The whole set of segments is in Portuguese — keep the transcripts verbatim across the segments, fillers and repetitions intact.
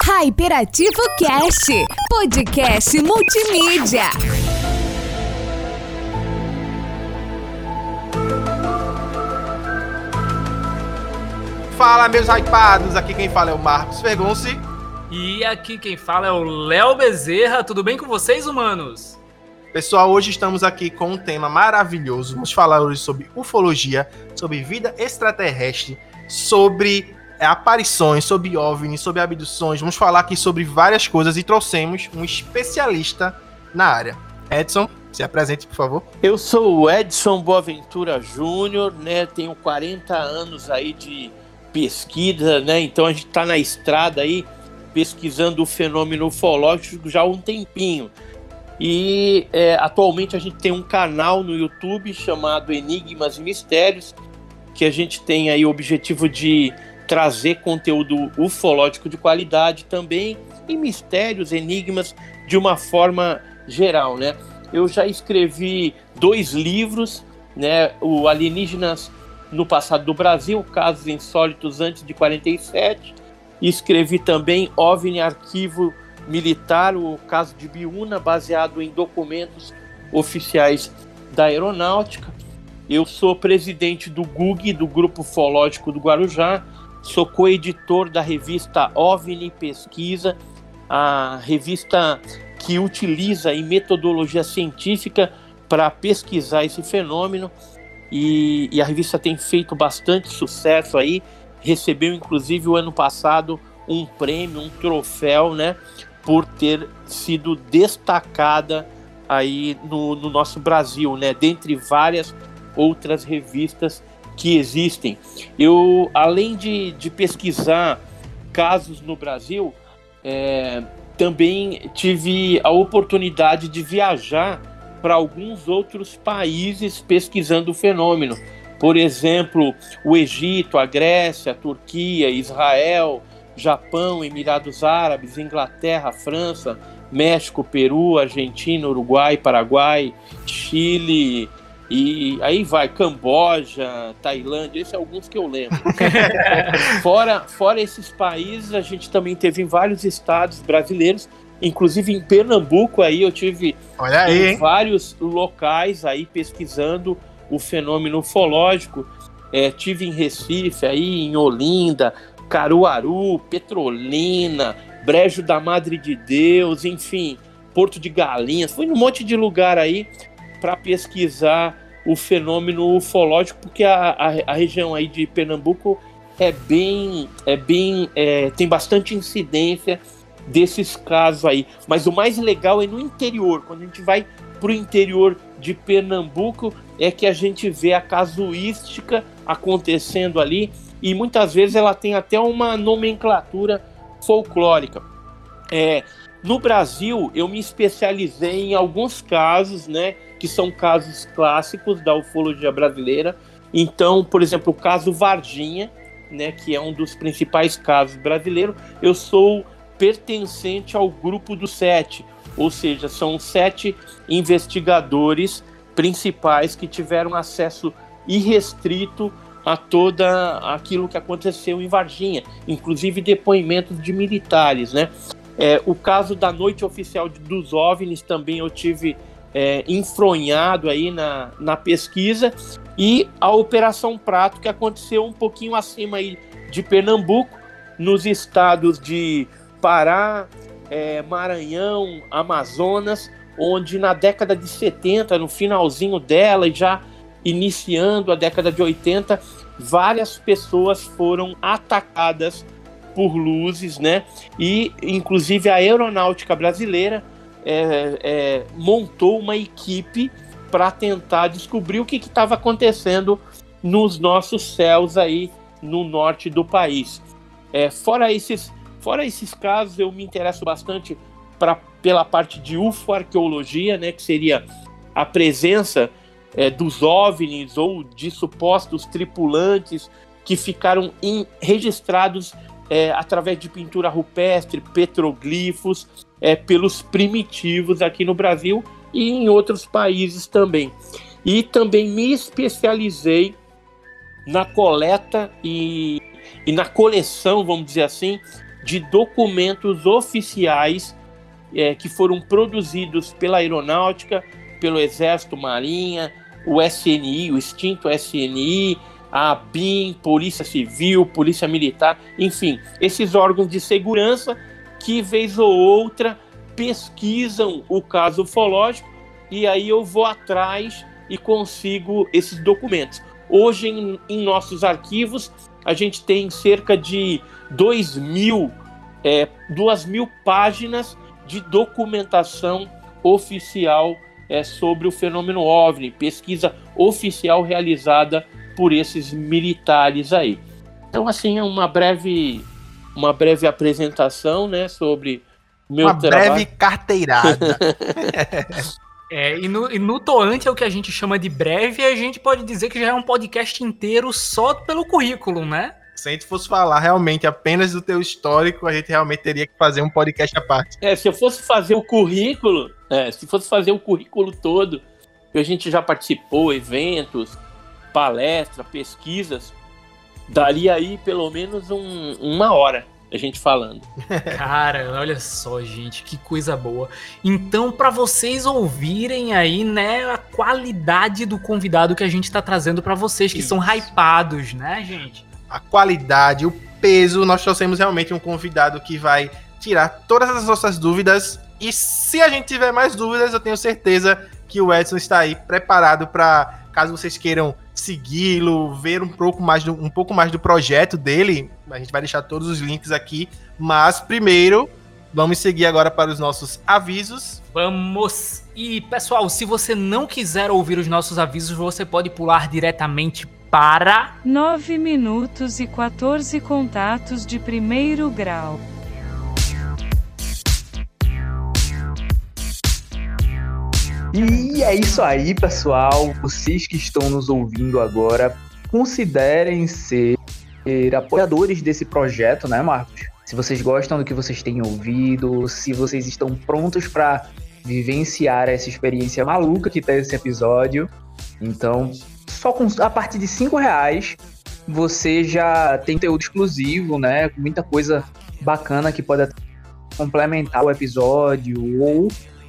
Hyperativo Cast, podcast multimídia. Fala, meus hypados, aqui quem fala é o Marcos Fergonci. E aqui quem fala é o Léo Bezerra. Tudo bem com vocês, humanos? Pessoal, hoje estamos aqui com um tema maravilhoso. Vamos falar hoje sobre ufologia, sobre vida extraterrestre, sobre aparições, sobre OVNIs, sobre abduções. Vamos falar aqui sobre várias coisas e trouxemos um especialista na área. Edson, se apresente, por favor. Eu sou o Edson Boaventura Júnior, né? Tenho quarenta anos aí de pesquisa, né? Então a gente está na estrada aí pesquisando o fenômeno ufológico já há um tempinho. E é, atualmente a gente tem um canal no YouTube chamado Enigmas e Mistérios, que a gente tem aí o objetivo de trazer conteúdo ufológico de qualidade também, e mistérios, enigmas, de uma forma geral, né? Eu já escrevi dois livros, né? O Alienígenas no Passado do Brasil, Casos Insólitos Antes de quarenta e sete, e escrevi também OVNI Arquivo Militar, o caso de Biúna, baseado em documentos oficiais da aeronáutica. Eu sou presidente do G U G, do Grupo Ufológico do Guarujá, sou coeditor da revista OVNI Pesquisa, a revista que utiliza a metodologia científica para pesquisar esse fenômeno, e, e a revista tem feito bastante sucesso aí, recebeu inclusive o ano passado um prêmio, um troféu, né, por ter sido destacada aí no, no nosso Brasil, né, dentre várias outras revistas que existem. Eu, além de, de pesquisar casos no Brasil, é, também tive a oportunidade de viajar para alguns outros países pesquisando o fenômeno. Por exemplo, o Egito, a Grécia, a Turquia, Israel, Japão, Emirados Árabes, Inglaterra, França, México, Peru, Argentina, Uruguai, Paraguai, Chile, e aí vai, Camboja, Tailândia, esses são alguns que eu lembro. fora, fora esses países, a gente também teve em vários estados brasileiros, inclusive em Pernambuco, aí eu tive Olha aí, em hein? vários locais aí pesquisando o fenômeno ufológico. É, tive em Recife, aí em Olinda, Caruaru, Petrolina, Brejo da Madre de Deus, enfim, Porto de Galinhas, fui num monte de lugar aí para pesquisar o fenômeno ufológico, porque a, a, a região aí de Pernambuco é bem, é bem, é, tem bastante incidência desses casos aí. Mas o mais legal é no interior, quando a gente vai para o interior de Pernambuco, é que a gente vê a casuística acontecendo ali, e muitas vezes ela tem até uma nomenclatura folclórica. É, no Brasil, eu me especializei em alguns casos, né, que são casos clássicos da ufologia brasileira. Então, por exemplo, o caso Varginha, né, que é um dos principais casos brasileiros, eu sou pertencente ao grupo dos sete, ou seja, são sete investigadores principais que tiveram acesso irrestrito a toda aquilo que aconteceu em Varginha, inclusive depoimentos de militares, né? É, o caso da Noite Oficial dos OVNIs também eu tive é, enfronhado aí na, na pesquisa, e a Operação Prato, que aconteceu um pouquinho acima aí de Pernambuco, nos estados de Pará, é, Maranhão, Amazonas, onde na década de setenta, no finalzinho dela e já iniciando a década de oitenta, várias pessoas foram atacadas por luzes, né? E inclusive a aeronáutica brasileira é, é, montou uma equipe para tentar descobrir o que estava acontecendo nos nossos céus aí no norte do país. É, fora esses, fora esses casos, eu me interesso bastante pra, pela parte de ufoarqueologia, né? Que seria a presença é, dos OVNIs ou de supostos tripulantes que ficaram em, registrados É, através de pintura rupestre, petroglifos, é, pelos primitivos aqui no Brasil e em outros países também. E também me especializei na coleta e, e na coleção, vamos dizer assim, de documentos oficiais é, que foram produzidos pela Aeronáutica, pelo Exército, Marinha, o S N I, o extinto S N I, a ABIN, Polícia Civil, Polícia Militar, enfim, esses órgãos de segurança que, vez ou outra, pesquisam o caso ufológico, e aí eu vou atrás e consigo esses documentos. Hoje, em, em nossos arquivos, a gente tem cerca de dois mil, é, duas mil páginas de documentação oficial é, sobre o fenômeno OVNI, pesquisa oficial realizada por esses militares aí. Então, assim, é uma breve, uma breve apresentação, né, sobre o meu uma trabalho. Breve carteirada. É, e no, e no Toante é o que a gente chama de breve, e a gente pode dizer que já é um podcast inteiro só pelo currículo, né? Se a gente fosse falar realmente apenas do teu histórico, a gente realmente teria que fazer um podcast à parte. É, se eu fosse fazer o currículo, é, se fosse fazer o currículo todo, a gente já participou, eventos, palestras, pesquisas, daria aí pelo menos um, uma hora a gente falando. Cara, olha só, gente, que coisa boa. Então, para vocês ouvirem aí, né, a qualidade do convidado que a gente tá trazendo para vocês, que Isso. são hypados, né, gente? A qualidade, o peso, nós trouxemos realmente um convidado que vai tirar todas as nossas dúvidas, e se a gente tiver mais dúvidas, eu tenho certeza que o Edson está aí preparado para, caso vocês queiram segui-lo, ver um pouco mais do, um pouco mais do projeto dele. A gente vai deixar todos os links aqui, mas primeiro vamos seguir agora para os nossos avisos. Vamos! E, pessoal, se você não quiser ouvir os nossos avisos, você pode pular diretamente para nove minutos e quatorze contatos de primeiro grau. E é isso aí, pessoal. Vocês que estão nos ouvindo agora, considerem ser apoiadores desse projeto, né, Marcos? Se vocês gostam do que vocês têm ouvido, se vocês estão prontos para vivenciar essa experiência maluca que tem esse episódio, então, só com, a partir de cinco reais, você já tem conteúdo exclusivo, né? Muita coisa bacana que pode complementar o episódio ou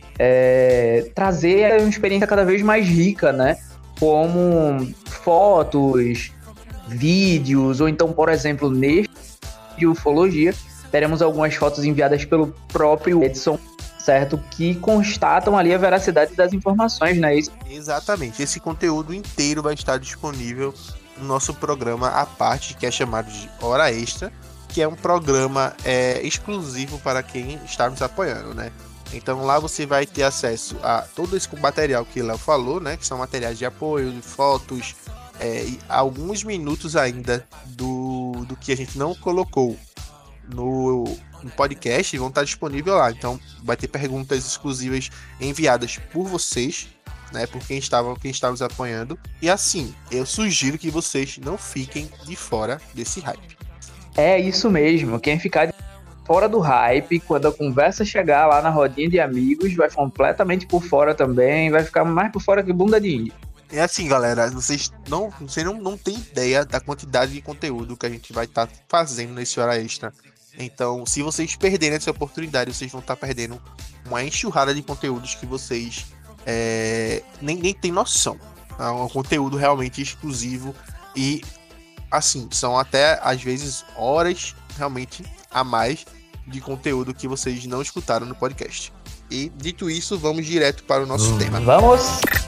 É, trazer uma experiência cada vez mais rica, né? Como fotos, vídeos, ou então, por exemplo, neste de ufologia, teremos algumas fotos enviadas pelo próprio Edson, certo? Que constatam ali a veracidade das informações, né? Isso. Exatamente. Esse conteúdo inteiro vai estar disponível no nosso programa à parte, que é chamado de Hora Extra, que é um programa é, exclusivo para quem está nos apoiando, né? Então lá você vai ter acesso a todo esse material que o Léo falou, né? Que são materiais de apoio, fotos, é, e alguns minutos ainda do, do que a gente não colocou no, no podcast vão estar disponíveis lá. Então vai ter perguntas exclusivas enviadas por vocês, né? Por quem estava, quem estava nos apoiando. E assim, eu sugiro que vocês não fiquem de fora desse hype. É isso mesmo. Quem ficar fora do hype, quando a conversa chegar lá na rodinha de amigos, vai completamente por fora também, vai ficar mais por fora que bunda de índio. É assim, galera, vocês não, vocês não, não têm ideia da quantidade de conteúdo que a gente vai estar tá fazendo nesse Hora Extra. Então, se vocês perderem essa oportunidade, vocês vão estar tá perdendo uma enxurrada de conteúdos que vocês é, nem, nem tem noção. É um conteúdo realmente exclusivo e, assim, são até, às vezes, horas realmente a mais de conteúdo que vocês não escutaram no podcast. E, dito isso, vamos direto para o nosso tema. Vamos!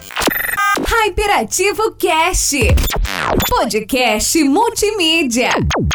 Hyperativo Cast, podcast multimídia.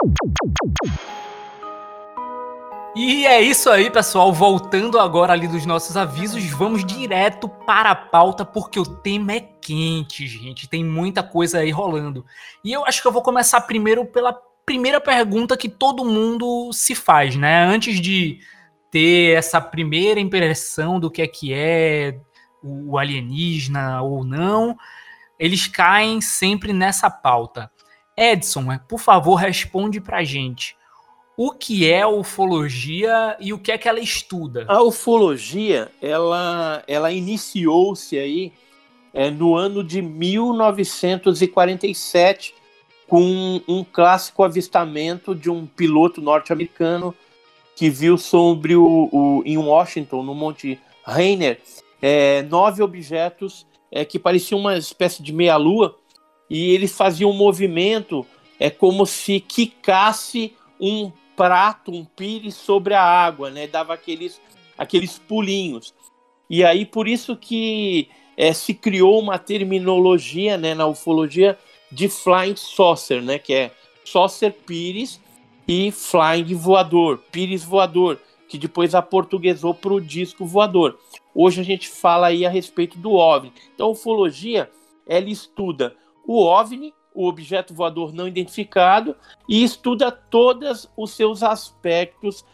E é isso aí, pessoal. Voltando agora ali dos nossos avisos, vamos direto para a pauta, porque o tema é quente, gente. Tem muita coisa aí rolando. E eu acho que eu vou começar primeiro pela primeira pergunta que todo mundo se faz, né? Antes de ter essa primeira impressão do que é que é o alienígena ou não, eles caem sempre nessa pauta. Edson, por favor, responde pra gente. O que é ufologia e o que é que ela estuda? A ufologia, ela, ela iniciou-se aí é, no ano de mil novecentos e quarenta e sete, com um clássico avistamento de um piloto norte-americano que viu sobre o, o em Washington, no Monte Rainier, é, nove objetos é, que pareciam uma espécie de meia-lua, e eles faziam um movimento é, como se quicasse um prato, um pires sobre a água, né? Dava aqueles, aqueles pulinhos. E aí, por isso que é, se criou uma terminologia, né, na ufologia de Flying Saucer, né? Que é Saucer Pires e Flying Voador, Pires Voador, que depois aportuguesou para o disco voador. Hoje a gente fala aí a respeito do OVNI. Então a ufologia, ela estuda o OVNI, o objeto voador não identificado, e estuda todos os seus aspectos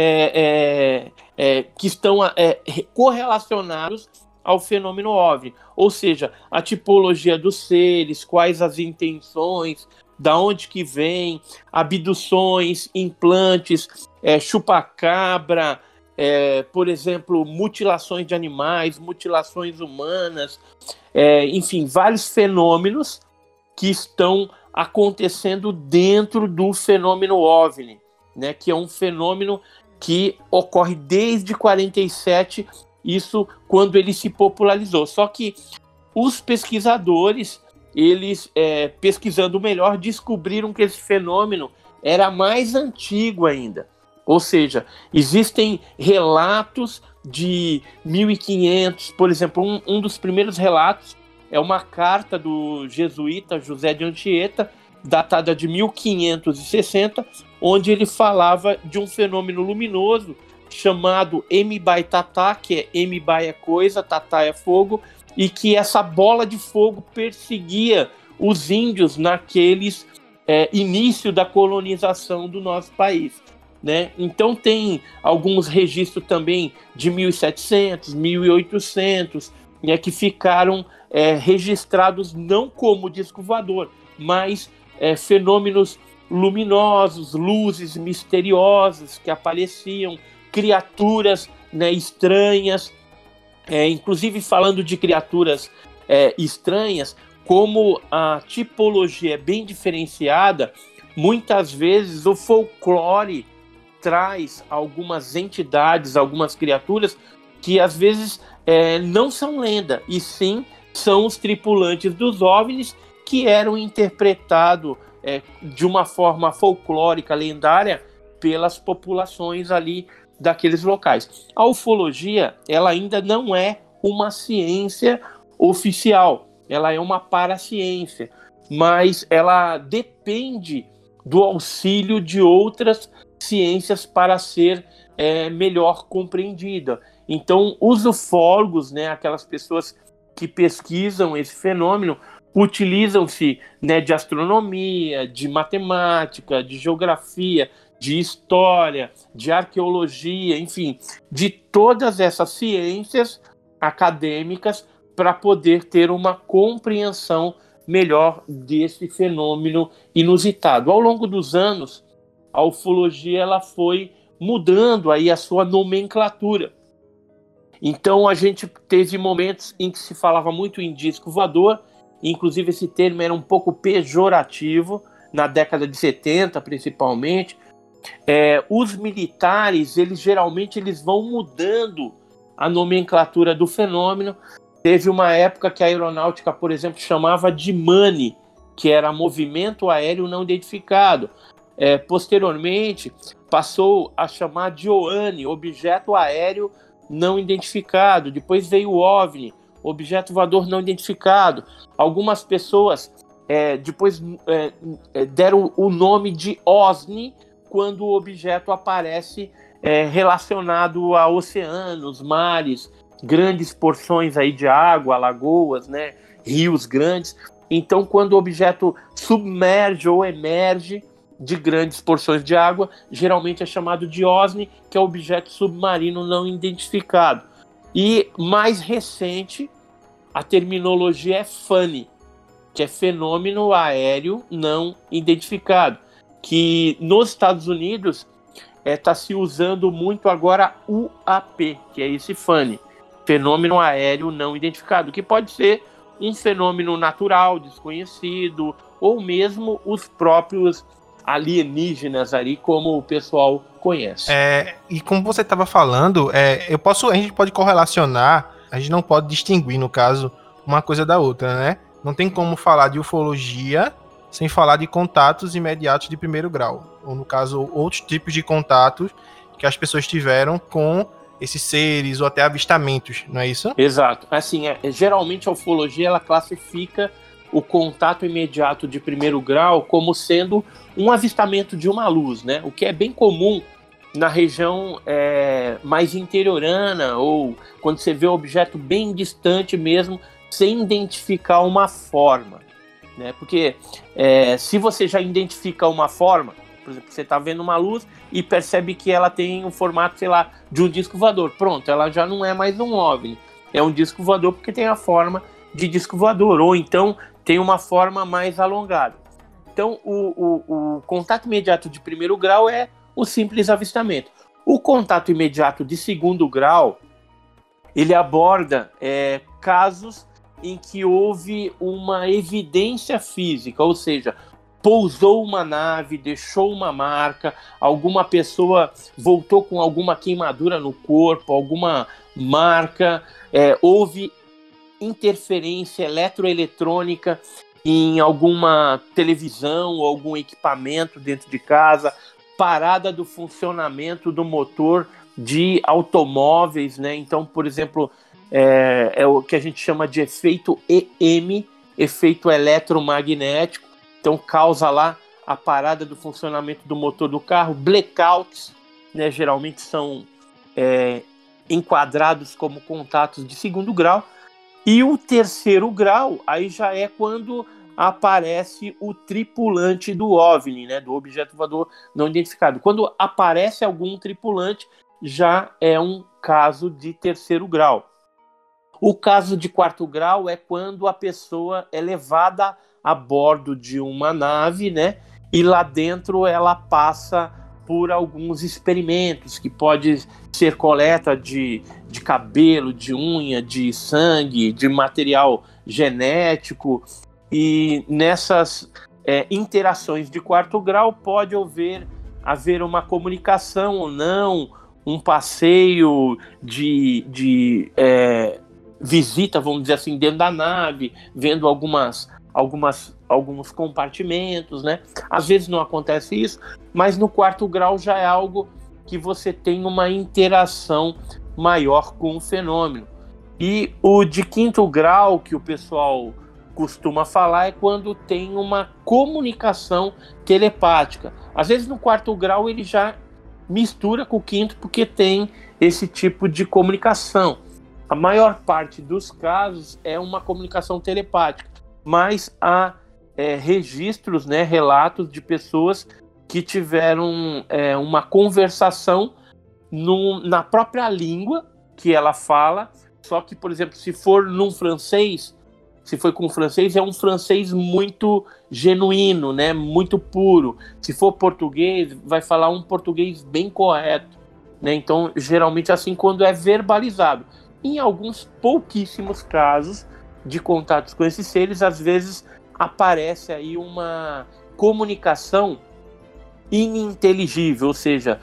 é, é, é, que estão é, correlacionados ao fenômeno OVNI. Ou seja, a tipologia dos seres, quais as intenções, da onde que vem, abduções, implantes, é, chupa-cabra, é, por exemplo, mutilações de animais, mutilações humanas, é, enfim, vários fenômenos que estão acontecendo dentro do fenômeno OVNI, né, que é um fenômeno que ocorre desde quarenta e sete, isso quando ele se popularizou. Só que os pesquisadores, eles, é, pesquisando melhor, descobriram que esse fenômeno era mais antigo ainda. Ou seja, existem relatos de mil e quinhentos, por exemplo, um, um dos primeiros relatos é uma carta do jesuíta José de Anchieta, datada de mil quinhentos e sessenta, onde ele falava de um fenômeno luminoso chamado M-Bai-Tatá, que é M-Bai é coisa, Tatá é fogo, e que essa bola de fogo perseguia os índios naqueles é, início da colonização do nosso país, né? Então tem alguns registros também de mil e setecentos, mil e oitocentos, né, que ficaram é, registrados não como disco voador, mas é, fenômenos luminosos, luzes misteriosas que apareciam, criaturas, né, estranhas. É, inclusive falando de criaturas é, estranhas, como a tipologia é bem diferenciada, muitas vezes o folclore traz algumas entidades, algumas criaturas que às vezes é, não são lenda, e sim são os tripulantes dos OVNIs que eram interpretados é, de uma forma folclórica, lendária, pelas populações ali daqueles locais. A ufologia, ela ainda não é uma ciência oficial, ela é uma paraciência, mas ela depende do auxílio de outras ciências para ser é, melhor compreendida. Então, os ufólogos, né, aquelas pessoas que pesquisam esse fenômeno, utilizam-se, né, de astronomia, de matemática, de geografia, de história, de arqueologia, enfim, de todas essas ciências acadêmicas para poder ter uma compreensão melhor desse fenômeno inusitado. Ao longo dos anos, a ufologia ela foi mudando aí a sua nomenclatura. Então a gente teve momentos em que se falava muito em disco voador, inclusive esse termo era um pouco pejorativo, na década de setenta principalmente. É, os militares, eles geralmente eles vão mudando a nomenclatura do fenômeno. Teve uma época que a aeronáutica, por exemplo, chamava de M A N, que era movimento aéreo não identificado. É, posteriormente, passou a chamar de O A N, objeto aéreo não identificado. Depois veio o OVNI, objeto voador não identificado. Algumas pessoas é, depois é, deram o nome de OSNI, quando o objeto aparece é, relacionado a oceanos, mares, grandes porções aí de água, lagoas, né, rios grandes. Então, quando o objeto submerge ou emerge de grandes porções de água, geralmente é chamado de OSNI, que é objeto submarino não identificado. E mais recente, a terminologia é F A N, que é fenômeno aéreo não identificado, que nos Estados Unidos está é, se usando muito agora U A P, que é esse F A N, fenômeno aéreo não identificado, que pode ser um fenômeno natural, desconhecido, ou mesmo os próprios alienígenas ali, como o pessoal conhece. É, e como você estava falando, é, eu posso, a gente pode correlacionar, a gente não pode distinguir, no caso, uma coisa da outra, né? Não tem como falar de ufologia sem falar de contatos imediatos de primeiro grau, ou no caso, outros tipos de contatos que as pessoas tiveram com esses seres ou até avistamentos, não é isso? Exato. Assim, é, geralmente a ufologia ela classifica o contato imediato de primeiro grau como sendo um avistamento de uma luz, né? O que é bem comum na região é, mais interiorana, ou quando você vê um objeto bem distante mesmo, sem identificar uma forma, né? Porque é, se você já identifica uma forma, por exemplo, você está vendo uma luz e percebe que ela tem um formato, sei lá, de um disco voador. Pronto, ela já não é mais um OVNI. É um disco voador porque tem a forma de disco voador, ou então tem uma forma mais alongada. Então, o, o, o contato imediato de primeiro grau é o simples avistamento. O contato imediato de segundo grau, ele aborda é, casos em que houve uma evidência física, ou seja, pousou uma nave, deixou uma marca, alguma pessoa voltou com alguma queimadura no corpo, alguma marca, é, houve interferência eletroeletrônica em alguma televisão ou algum equipamento dentro de casa, parada do funcionamento do motor de automóveis, né? Então, por exemplo, é, é o que a gente chama de efeito E M, efeito eletromagnético. Então, causa lá a parada do funcionamento do motor do carro, blackouts, né? Geralmente são é, enquadrados como contatos de segundo grau. E o terceiro grau, aí já é quando aparece o tripulante do OVNI, né, do objeto voador não identificado. Quando aparece algum tripulante, já é um caso de terceiro grau. O caso de quarto grau é quando a pessoa é levada a bordo de uma nave, né, e lá dentro ela passa por alguns experimentos, que pode ser coleta de, de cabelo, de unha, de sangue, de material genético, e nessas é, interações de quarto grau pode haver, haver uma comunicação ou não, um passeio de, de é, visita, vamos dizer assim, dentro da nave, vendo algumas, algumas, alguns compartimentos, né? Às vezes não acontece isso, mas no quarto grau já é algo que você tem uma interação maior com o fenômeno. E o de quinto grau, que o pessoal costuma falar, é quando tem uma comunicação telepática. Às vezes no quarto grau ele já mistura com o quinto porque tem esse tipo de comunicação. A maior parte dos casos é uma comunicação telepática, mas há é, registros, né, relatos de pessoas que tiveram é, uma conversação no, na própria língua que ela fala, só que, por exemplo, se for num francês, se for com francês, é um francês muito genuíno, né, muito puro. Se for português, vai falar um português bem correto, né? Então, geralmente assim, quando é verbalizado. Em alguns pouquíssimos casos de contatos com esses seres, às vezes aparece aí uma comunicação ininteligível, ou seja,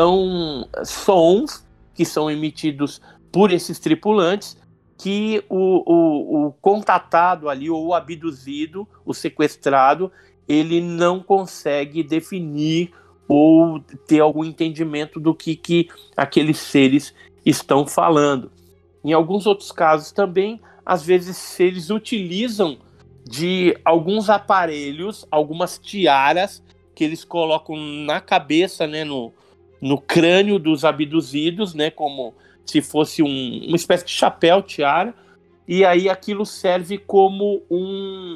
são sons que são emitidos por esses tripulantes que o, o, o contatado ali, ou o abduzido, o sequestrado, ele não consegue definir ou ter algum entendimento do que, que aqueles seres estão falando. Em alguns outros casos também, às vezes eles utilizam de alguns aparelhos, algumas tiaras que eles colocam na cabeça, né, no, no crânio dos abduzidos, né, como se fosse um, uma espécie de chapéu, tiara, e aí aquilo serve como um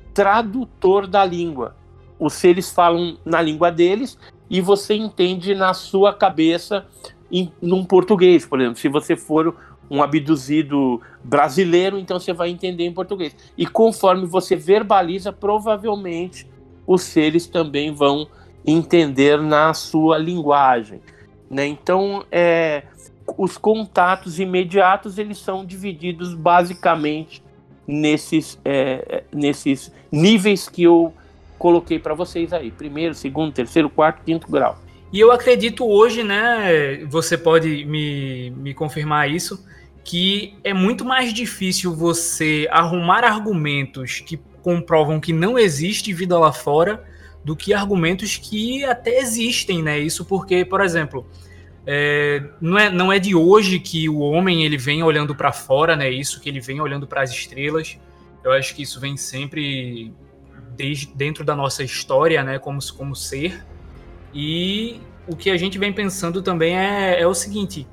tradutor da língua. Os seres falam na língua deles e você entende na sua cabeça em num português, por exemplo. Se você for um abduzido brasileiro, então você vai entender em português. E conforme você verbaliza, provavelmente os seres também vão entender na sua linguagem, né? Então, é... os contatos imediatos, eles são divididos basicamente nesses, é, nesses níveis que eu coloquei para vocês aí. Primeiro, segundo, terceiro, quarto, quinto grau. E eu acredito hoje, né, você pode me, me confirmar isso, que é muito mais difícil você arrumar argumentos que comprovam que não existe vida lá fora do que argumentos que até existem, né? Isso porque, por exemplo, é, não, é, não é de hoje que o homem ele vem olhando para fora, né? Isso que ele vem olhando para as estrelas. Eu acho que isso vem sempre desde dentro da nossa história, né? Como, como ser. E o que a gente vem pensando também é, é o seguinte.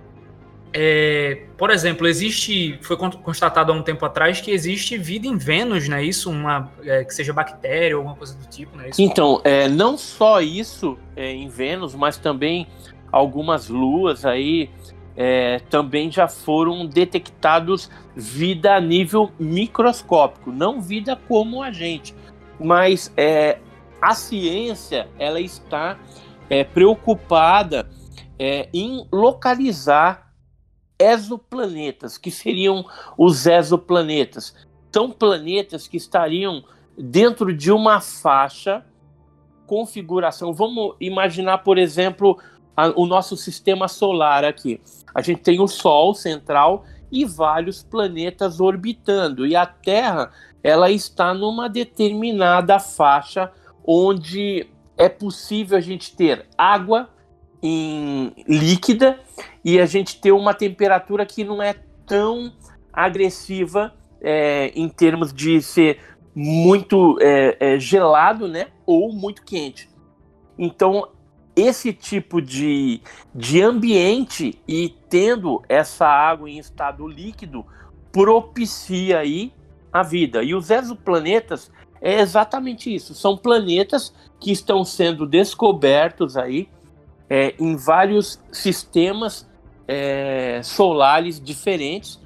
É, por exemplo, existe, foi constatado há um tempo atrás que existe vida em Vênus, né? Isso, uma, é, que seja bactéria ou alguma coisa do tipo, né? Isso... Então, é, não só isso é, em Vênus, mas também algumas luas aí é, também já foram detectados vida a nível microscópico, não vida como a gente, mas é, a ciência ela está é, preocupada é, em localizar exoplanetas, que seriam os exoplanetas. São planetas que estariam dentro de uma faixa configuração. Vamos imaginar, por exemplo, a, o nosso sistema solar aqui. A gente tem o Sol central e vários planetas orbitando. E a Terra, ela está numa determinada faixa onde é possível a gente ter água em líquida e a gente ter uma temperatura que não é tão agressiva é, em termos de ser muito é, é, gelado, né, ou muito quente. Então, esse tipo de, de ambiente e tendo essa água em estado líquido propicia aí a vida. E os exoplanetas é exatamente isso. São planetas que estão sendo descobertos aí É, em vários sistemas é, solares diferentes,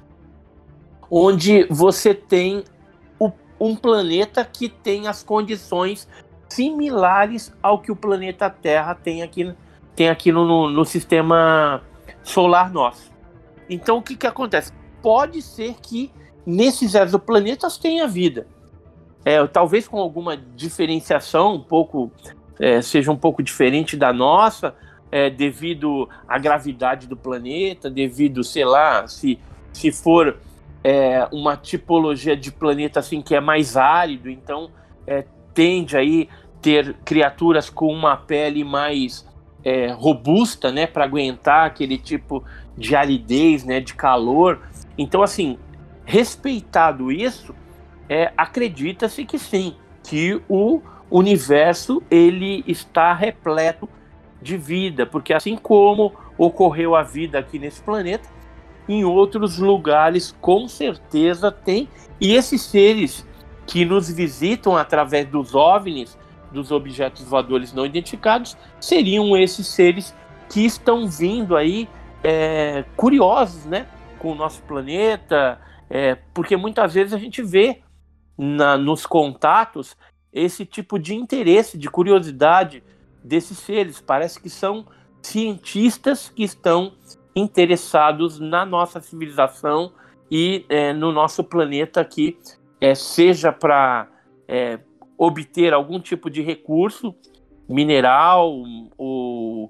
onde você tem o, um planeta que tem as condições similares ao que o planeta Terra tem aqui, tem aqui no, no sistema solar nosso. Então, o que, que acontece? Pode ser que nesses exoplanetas tenha vida. É, talvez com alguma diferenciação, um pouco, é, seja um pouco diferente da nossa, É, devido à gravidade do planeta, devido, sei lá, se, se for é, uma tipologia de planeta assim que é mais árido, então é, tende aí ter criaturas com uma pele mais é, robusta, né, para aguentar aquele tipo de aridez, né, de calor. Então, assim, respeitado isso, é, acredita-se que sim, que o universo ele está repleto de vida, porque assim como ocorreu a vida aqui nesse planeta, em outros lugares com certeza tem, e esses seres que nos visitam através dos OVNIs, dos objetos voadores não identificados, seriam esses seres que estão vindo aí é, curiosos, né, com o nosso planeta, é, porque muitas vezes a gente vê na, nos contatos esse tipo de interesse, de curiosidade desses seres. Parece que são cientistas que estão interessados na nossa civilização e é, no nosso planeta aqui, é, seja para é, obter algum tipo de recurso mineral ou,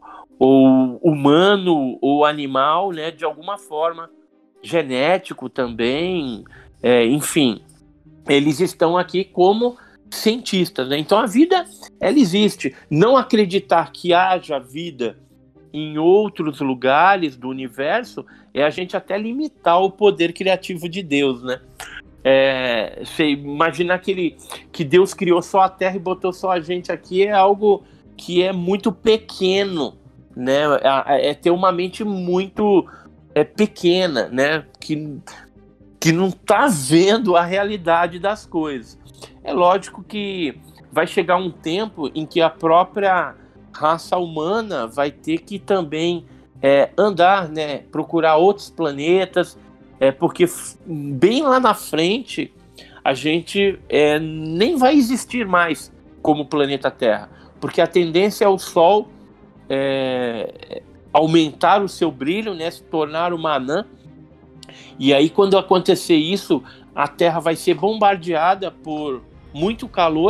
ou humano ou animal, né, de alguma forma, genético também, é, enfim, eles estão aqui como cientistas, né? Então a vida, ela existe. Não acreditar que haja vida em outros lugares do universo é a gente até limitar o poder criativo de Deus, né? É, você imaginar que, ele, que Deus criou só a Terra e botou só a gente aqui é algo que é muito pequeno, né? É, é ter uma mente muito é, pequena, né? Que, que não está vendo a realidade das coisas. É lógico que vai chegar um tempo em que a própria raça humana vai ter que também é, andar, né, procurar outros planetas, é, porque bem lá na frente a gente é, nem vai existir mais como planeta Terra, porque a tendência é o Sol é, aumentar o seu brilho, né, se tornar uma anã, e aí quando acontecer isso, a Terra vai ser bombardeada por muito calor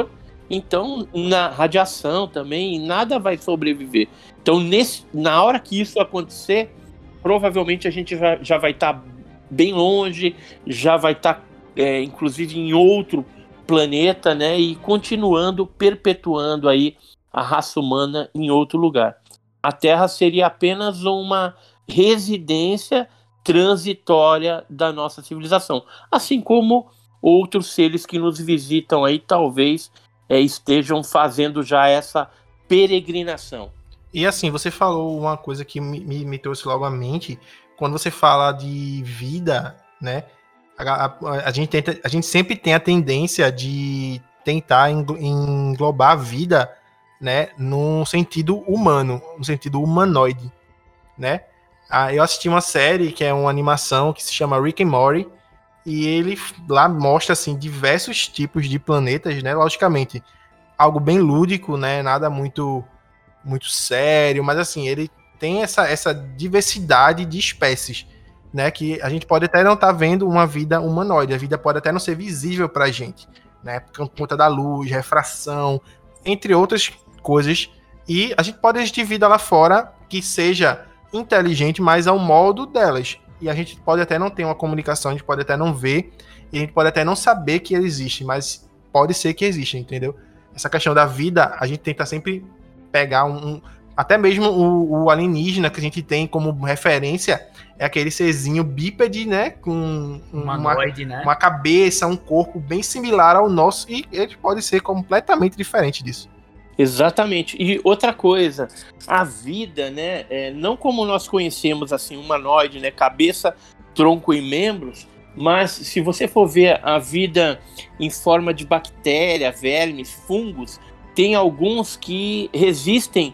Então, na radiação também, nada vai sobreviver. Então, nesse, na hora que isso acontecer, provavelmente a gente já, já vai estar tá bem longe, já vai estar, tá, é, inclusive, em outro planeta, né? E continuando, perpetuando aí a raça humana em outro lugar. A Terra seria apenas uma residência transitória da nossa civilização. Assim como outros seres que nos visitam aí, talvez é, estejam fazendo já essa peregrinação. E assim, você falou uma coisa que me, me, me trouxe logo à mente, quando você fala de vida, né, a, a, a, gente tenta, a gente sempre tem a tendência de tentar englobar a vida, né, num sentido humano, no sentido humanoide, né. Ah, eu assisti uma série que é uma animação que se chama Rick and Morty, e ele lá mostra assim diversos tipos de planetas, né? Logicamente, algo bem lúdico, né? Nada muito muito sério, mas assim, ele tem essa, essa diversidade de espécies, né? Que a gente pode até não estar tá vendo uma vida humanoide, a vida pode até não ser visível para a gente, né? Por conta da luz, refração, entre outras coisas. E a gente pode existir vida lá fora que seja inteligente, mas ao modo delas. E a gente pode até não ter uma comunicação, a gente pode até não ver, e a gente pode até não saber que ele existe, mas pode ser que existe, entendeu? Essa questão da vida, a gente tenta sempre pegar um... um até mesmo o, o alienígena que a gente tem como referência é aquele serzinho bípede, né? Com humanoide, uma, né? uma cabeça, um corpo bem similar ao nosso, e ele pode ser completamente diferente disso. Exatamente. E outra coisa, a vida, né, é, não como nós conhecemos assim, humanoide, né, cabeça, tronco e membros, mas se você for ver a vida em forma de bactéria, vermes, fungos, tem alguns que resistem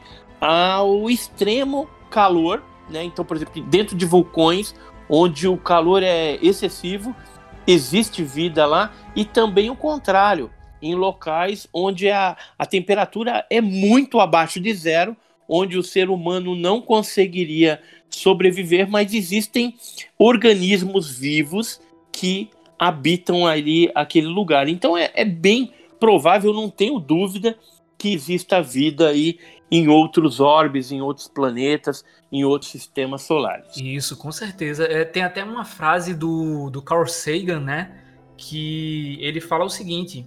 ao extremo calor, né? Então, por exemplo, dentro de vulcões, onde o calor é excessivo, existe vida lá, e também o contrário, em locais onde a, a temperatura é muito abaixo de zero, onde o ser humano não conseguiria sobreviver, mas existem organismos vivos que habitam ali aquele lugar. Então é, é bem provável, não tenho dúvida, que exista vida aí em outros orbes, em outros planetas, em outros sistemas solares. Isso, com certeza. É, tem até uma frase do, do Carl Sagan, né, que ele fala o seguinte...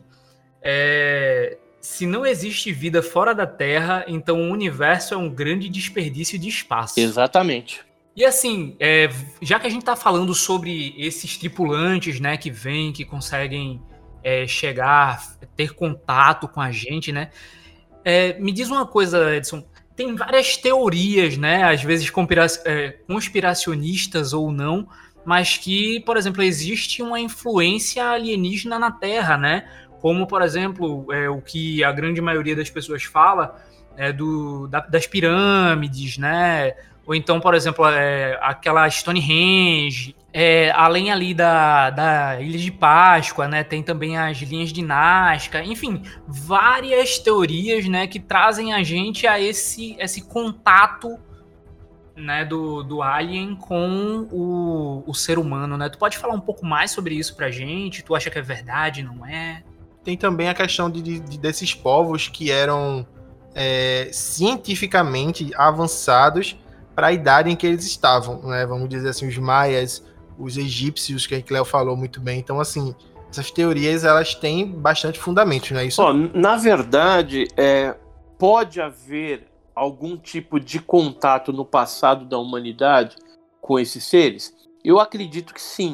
É, se não existe vida fora da Terra, então o universo é um grande desperdício de espaço. Exatamente. E assim, é, já que a gente está falando sobre esses tripulantes, né, que vêm, que conseguem é, chegar, ter contato com a gente, né? É, me diz uma coisa, Edson. Tem várias teorias, né? Às vezes conspira- é, conspiracionistas ou não, mas que, por exemplo, existe uma influência alienígena na Terra, né? Como, por exemplo, é, o que a grande maioria das pessoas fala é do, da, das pirâmides, né? Ou então, por exemplo, é, aquela Stonehenge. É, além ali da, da Ilha de Páscoa, né? Tem também as linhas de Nazca. Enfim, várias teorias, né, que trazem a gente a esse, esse contato, né, do, do alien com o, o ser humano, né? Tu pode falar um pouco mais sobre isso pra gente? Tu acha que é verdade, não é? Tem também a questão de, de, desses povos que eram é, cientificamente avançados para a idade em que eles estavam, né? Vamos dizer assim, os maias, os egípcios, que a Cleo falou muito bem. Então, assim, essas teorias, elas têm bastante fundamento, não é isso? Oh, na verdade, é, pode haver algum tipo de contato no passado da humanidade com esses seres? Eu acredito que sim.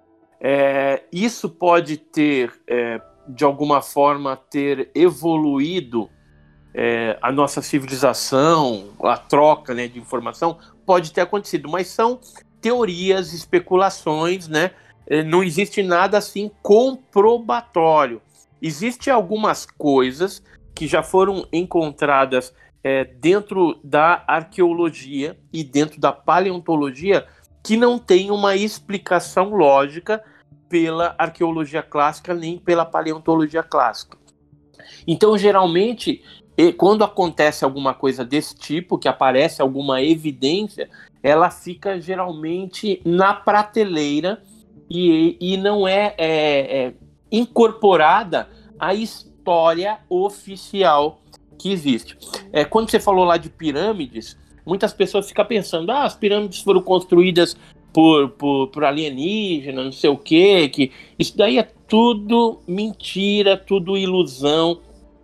É, isso pode ter... É, de alguma forma ter evoluído é, a nossa civilização, a troca, né, de informação, pode ter acontecido, mas são teorias, especulações, né? Não existe nada assim comprobatório. Existem algumas coisas que já foram encontradas é, dentro da arqueologia e dentro da paleontologia que não tem uma explicação lógica pela arqueologia clássica nem pela paleontologia clássica. Então, geralmente, quando acontece alguma coisa desse tipo, que aparece alguma evidência, ela fica geralmente na prateleira e, e não é, é, é incorporada a, história oficial que existe. É, quando você falou lá de pirâmides, muitas pessoas ficam pensando, ah, as pirâmides foram construídas por, por, por alienígenas, não sei o quê, que isso daí é tudo mentira, tudo ilusão,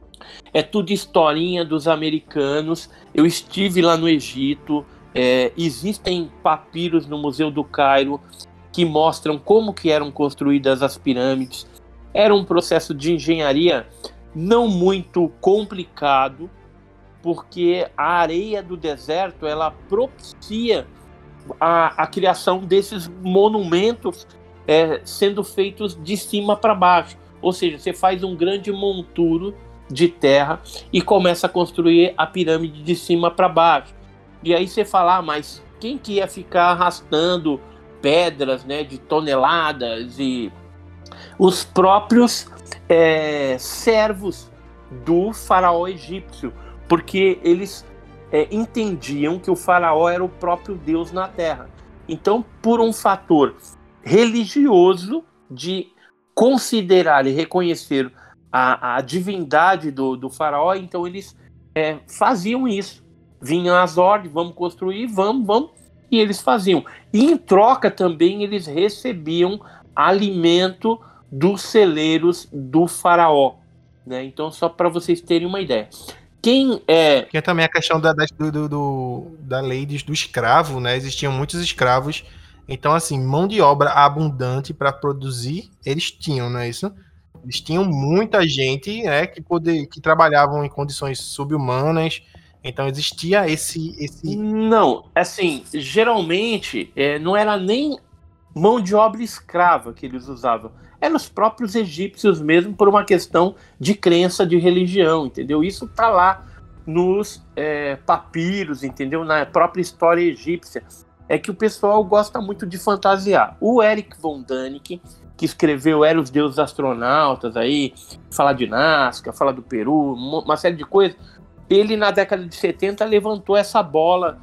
é tudo historinha dos americanos. Eu estive lá no Egito, é, existem papiros no Museu do Cairo que mostram como que eram construídas as pirâmides. Era um processo de engenharia não muito complicado, porque a areia do deserto ela propicia a, a criação desses monumentos é, sendo feitos de cima para baixo. Ou seja, você faz um grande monturo de terra e começa a construir a pirâmide de cima para baixo. E aí você fala, ah, mas quem que ia ficar arrastando pedras, né, de toneladas? E os próprios é, servos do faraó egípcio, porque eles é, entendiam que o faraó era o próprio Deus na terra. Então, por um fator religioso de considerar e reconhecer a, a divindade do, do faraó, então eles é, faziam isso. Vinham as ordens, vamos construir, vamos, vamos, e eles faziam. E em troca também eles recebiam alimento dos celeiros do faraó, né? Então, só para vocês terem uma ideia. Quem é... Tinha também a questão da, da, do, do, da lei do escravo, né? Existiam muitos escravos, então, assim, mão de obra abundante para produzir, eles tinham, não é isso? Eles tinham muita gente, né, que, poder, que trabalhavam em condições subhumanas. Então existia esse... esse... Não, assim, geralmente é, não era nem mão de obra escrava que eles usavam. Eram os próprios egípcios mesmo, por uma questão de crença, de religião, entendeu? Isso tá lá nos é, papiros, entendeu? Na própria história egípcia. É que o pessoal gosta muito de fantasiar. O Eric von Däniken, que escreveu Era os Deuses Astronautas, aí, fala de Nazca, fala do Peru, uma série de coisas... Ele, na década de setenta, levantou essa bola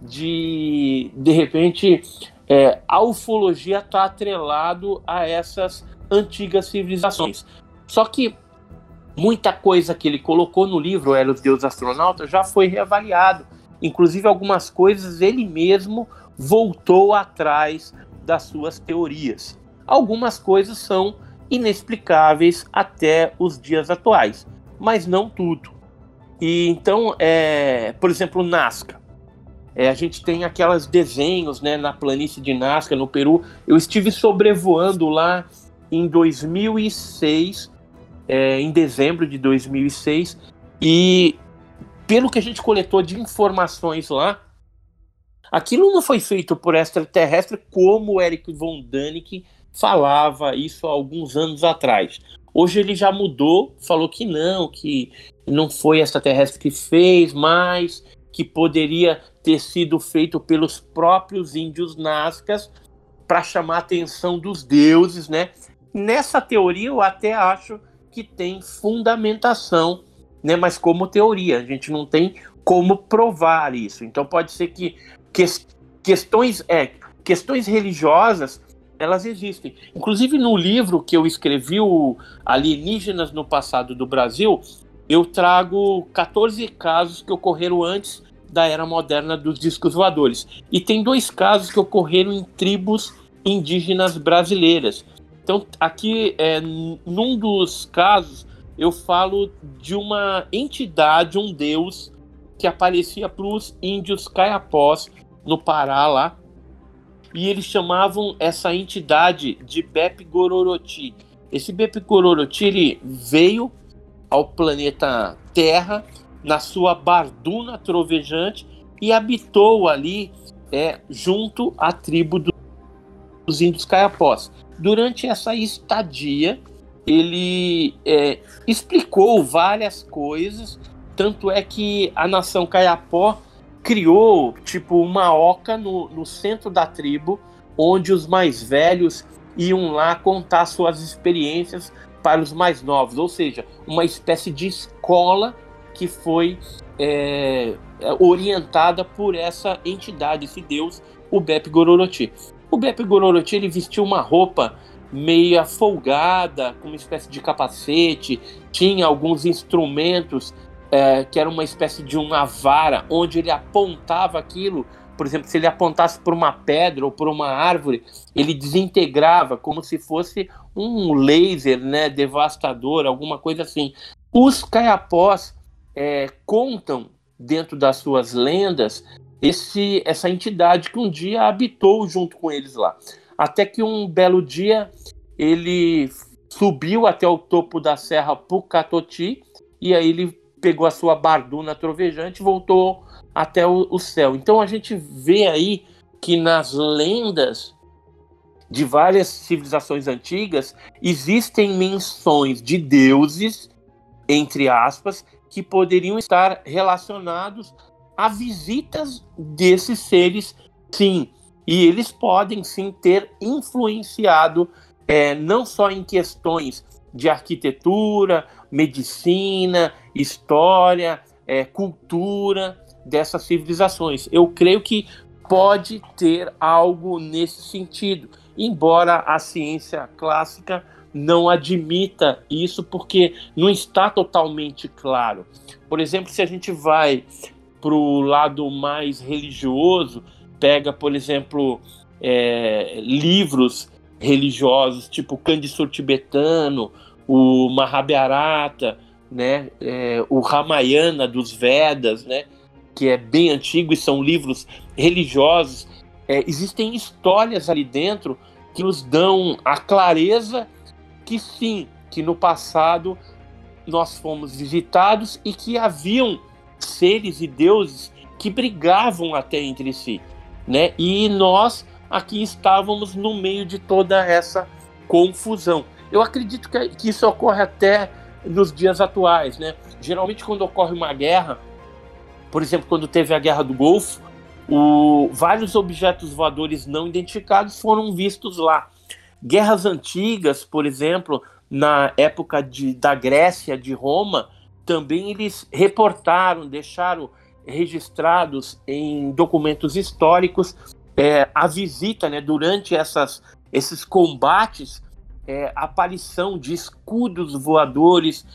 de, de repente, é, a ufologia está atrelado a essas antigas civilizações. Só que muita coisa que ele colocou no livro, Era os Deuses Astronautas, já foi reavaliado. Inclusive, algumas coisas ele mesmo voltou atrás das suas teorias. Algumas coisas são inexplicáveis até os dias atuais, mas não tudo. E então, é, por exemplo, Nazca. É, a gente tem aqueles desenhos, né, na planície de Nazca, no Peru. Eu estive sobrevoando lá em dois mil e seis, é, em dezembro de dois mil e seis, e pelo que a gente coletou de informações lá, aquilo não foi feito por extraterrestre como o Eric von Däniken falava isso há alguns anos atrás. Hoje ele já mudou, falou que não, que não foi extraterrestre que fez, mas que poderia ter sido feito pelos próprios índios nazcas para chamar a atenção dos deuses, né? Nessa teoria eu até acho que tem fundamentação, né? Mas como teoria, a gente não tem como provar isso. Então pode ser que, que questões, é, questões religiosas elas existem. Inclusive no livro que eu escrevi, o Alienígenas no Passado do Brasil, eu trago quatorze casos que ocorreram antes da era moderna dos discos voadores. E tem dois casos que ocorreram em tribos indígenas brasileiras. Então aqui, é, num dos casos, eu falo de uma entidade, um deus, que aparecia para os índios caiapós no Pará lá. E eles chamavam essa entidade de Bep-Gororoti. Esse Bep-Gororoti ele veio ao planeta Terra na sua barduna trovejante e habitou ali é, junto à tribo dos índios caiapós. Durante essa estadia, ele é, explicou várias coisas, tanto é que a nação caiapó criou tipo uma oca no, no centro da tribo, onde os mais velhos iam lá contar suas experiências para os mais novos, ou seja, uma espécie de escola que foi é, orientada por essa entidade, esse deus, o Bep-Gororoti. O Bep-Gororoti ele vestiu uma roupa meia folgada, com uma espécie de capacete, tinha alguns instrumentos é, que era uma espécie de uma vara, onde ele apontava aquilo. Por exemplo, se ele apontasse por uma pedra ou por uma árvore, ele desintegrava como se fosse um laser, né, devastador, alguma coisa assim. Os caiapós é, contam, dentro das suas lendas, esse, essa entidade que um dia habitou junto com eles lá. Até que um belo dia ele subiu até o topo da Serra Pucatoti e aí ele pegou a sua barduna trovejante e voltou até o, o céu. Então a gente vê aí que nas lendas de várias civilizações antigas existem menções de deuses, entre aspas, que poderiam estar relacionados a visitas desses seres, sim. E eles podem, sim, ter influenciado é, não só em questões de arquitetura, medicina, história, é, cultura dessas civilizações. Eu creio que pode ter algo nesse sentido, embora a ciência clássica não admita isso, porque não está totalmente claro. Por exemplo, se a gente vai para o lado mais religioso, pega, por exemplo, é, livros religiosos, tipo o Kandisur tibetano, o Mahabharata, né, é, o Ramayana dos Vedas, né, que é bem antigo e são livros religiosos. É, existem histórias ali dentro que nos dão a clareza que sim, que no passado nós fomos visitados e que haviam seres e deuses que brigavam até entre si, né? E nós aqui estávamos no meio de toda essa confusão. Eu acredito que, que isso ocorre até nos dias atuais, né? Geralmente quando ocorre uma guerra, por exemplo, quando teve a Guerra do Golfo, o, vários objetos voadores não identificados foram vistos lá. Guerras antigas, por exemplo, na época de, da Grécia, de Roma, também eles reportaram, deixaram registrados em documentos históricos é, a visita, né, durante essas, esses combates, é, a aparição de escudos voadores,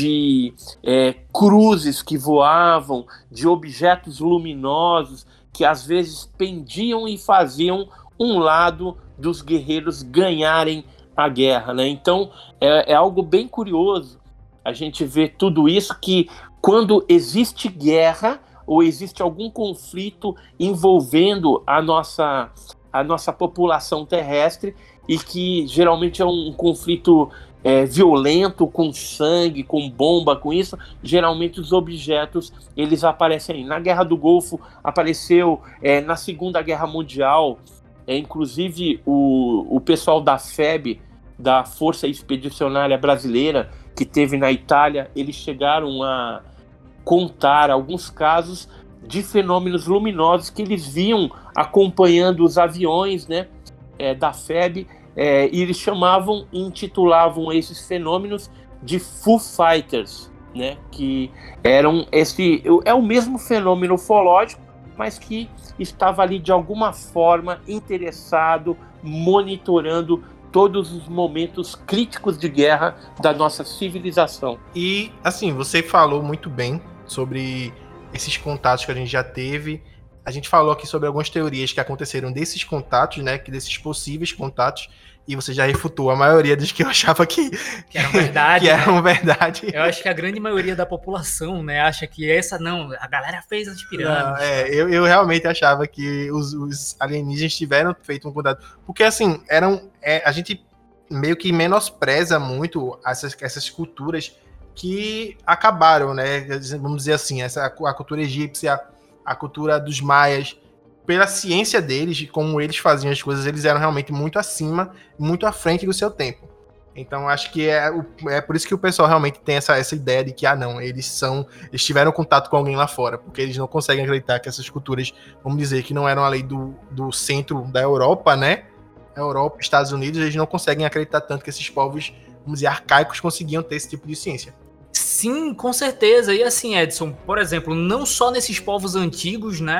de é, cruzes que voavam, de objetos luminosos que às vezes pendiam e faziam um lado dos guerreiros ganharem a guerra, né? Então é, é algo bem curioso a gente ver tudo isso, que quando existe guerra ou existe algum conflito envolvendo a nossa, a nossa população terrestre, e que geralmente é um conflito é, violento, com sangue, com bomba, com isso, geralmente os objetos eles aparecem aí. Na Guerra do Golfo apareceu, é, na Segunda Guerra Mundial, é, inclusive o, o pessoal da F E B, da Força Expedicionária Brasileira, que teve na Itália, eles chegaram a contar alguns casos de fenômenos luminosos que eles viam acompanhando os aviões, né, é, da F E B, é, e eles chamavam e intitulavam esses fenômenos de Foo Fighters, né, que eram esse, é o mesmo fenômeno ufológico, mas que estava ali de alguma forma interessado, monitorando todos os momentos críticos de guerra da nossa civilização. E, assim, você falou muito bem sobre esses contatos que a gente já teve. A gente falou aqui sobre algumas teorias que aconteceram desses contatos, né, que desses possíveis contatos, e você já refutou a maioria dos que eu achava que, que eram verdade. que né? eram verdade. Eu acho que a grande maioria da população, né, acha que essa não, a galera fez as pirâmides. Não, é, eu, eu realmente achava que os, os alienígenas tiveram feito um contato, porque assim, eram, é, a gente meio que menospreza muito essas, essas culturas que acabaram, né, vamos dizer assim, essa, a cultura egípcia, a cultura dos maias, pela ciência deles, de como eles faziam as coisas, eles eram realmente muito acima, muito à frente do seu tempo. Então, acho que é, é por isso que o pessoal realmente tem essa, essa ideia de que, ah, não, eles são, eles tiveram contato com alguém lá fora, porque eles não conseguem acreditar que essas culturas, vamos dizer, que não eram ali do, do centro da Europa, né? Europa, Estados Unidos, eles não conseguem acreditar tanto que esses povos, vamos dizer, arcaicos conseguiam ter esse tipo de ciência. Sim, com certeza. E assim, Edson, por exemplo, não só nesses povos antigos, né?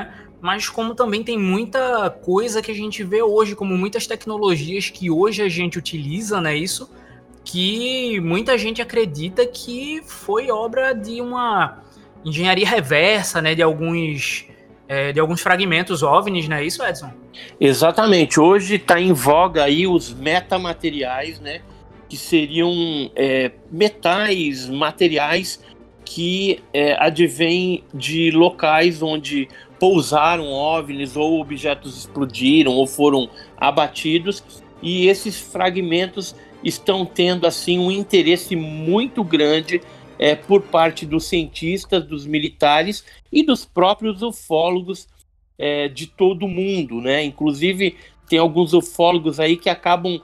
mas como também tem muita coisa que a gente vê hoje, como muitas tecnologias que hoje a gente utiliza, né, isso, que muita gente acredita que foi obra de uma engenharia reversa, né, de alguns, é, de alguns fragmentos OVNIs, não é isso, Edson? Exatamente. Hoje está em voga aí os metamateriais, né, que seriam é, metais, materiais que é, advêm de locais onde pousaram OVNIs ou objetos explodiram ou foram abatidos, e esses fragmentos estão tendo assim um interesse muito grande é, por parte dos cientistas, dos militares e dos próprios ufólogos é, de todo o mundo, né? Inclusive tem alguns ufólogos aí que acabam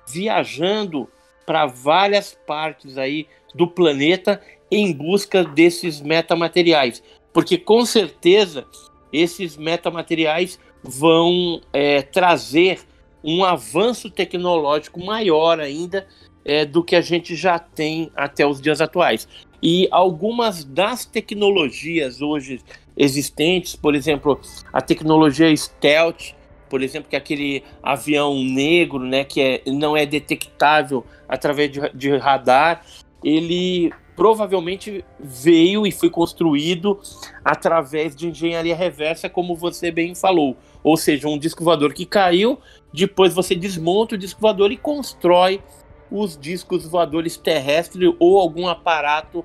viajando para várias partes aí do planeta em busca desses metamateriais, porque com certeza esses metamateriais vão é, trazer um avanço tecnológico maior ainda é, do que a gente já tem até os dias atuais. E algumas das tecnologias hoje existentes, por exemplo, a tecnologia stealth, por exemplo, que é aquele avião negro, né, que é, não é detectável através de, de radar, ele provavelmente veio e foi construído através de engenharia reversa, como você bem falou. Ou seja, um disco voador que caiu, depois você desmonta o disco voador e constrói os discos voadores terrestres ou algum aparato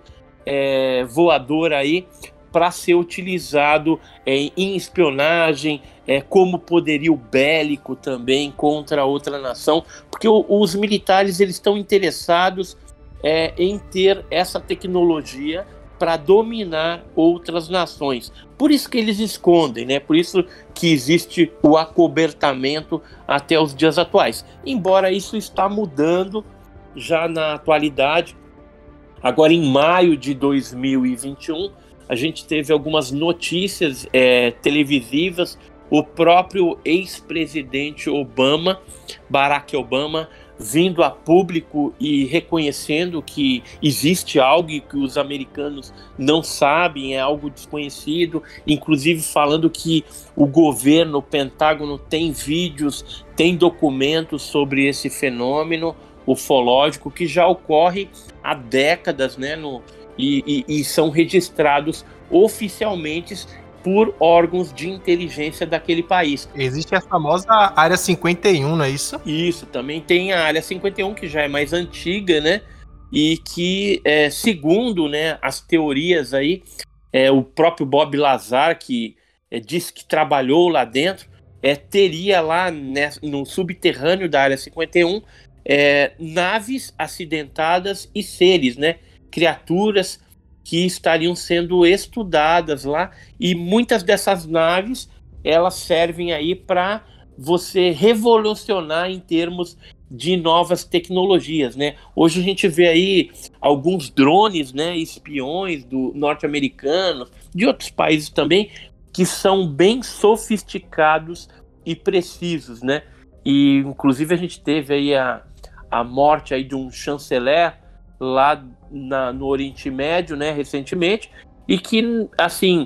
é, voador aí para ser utilizado é, em espionagem, é, como poderio bélico também contra outra nação, porque o, os militares eles estão interessados é, em ter essa tecnologia para dominar outras nações. Por isso que eles escondem, né? Por isso que existe o acobertamento até os dias atuais. Embora isso está mudando já na atualidade. Agora, em maio de dois mil e vinte e um, a gente teve algumas notícias é, televisivas. O próprio ex-presidente Obama, Barack Obama, vindo a público e reconhecendo que existe algo que os americanos não sabem, é algo desconhecido, inclusive falando que o governo, o Pentágono, tem vídeos, tem documentos sobre esse fenômeno ufológico que já ocorre há décadas, né, no, e, e, e são registrados oficialmente por órgãos de inteligência daquele país. Existe a famosa Área cinquenta e um, não é isso? Isso, também tem a Área cinquenta e um, que já é mais antiga, né? E que, é, segundo, né, as teorias aí, é, o próprio Bob Lazar, que é, disse que trabalhou lá dentro, é, teria lá, né, no subterrâneo da Área cinquenta e um, é, naves acidentadas e seres, né? Criaturas que estariam sendo estudadas lá, e muitas dessas naves elas servem aí para você revolucionar em termos de novas tecnologias, né? Hoje a gente vê aí alguns drones, né, espiões do norte-americanos, de outros países também, que são bem sofisticados e precisos, né? E inclusive a gente teve aí a, a morte aí de um chanceler lá na, no Oriente Médio, né, recentemente, e que, assim,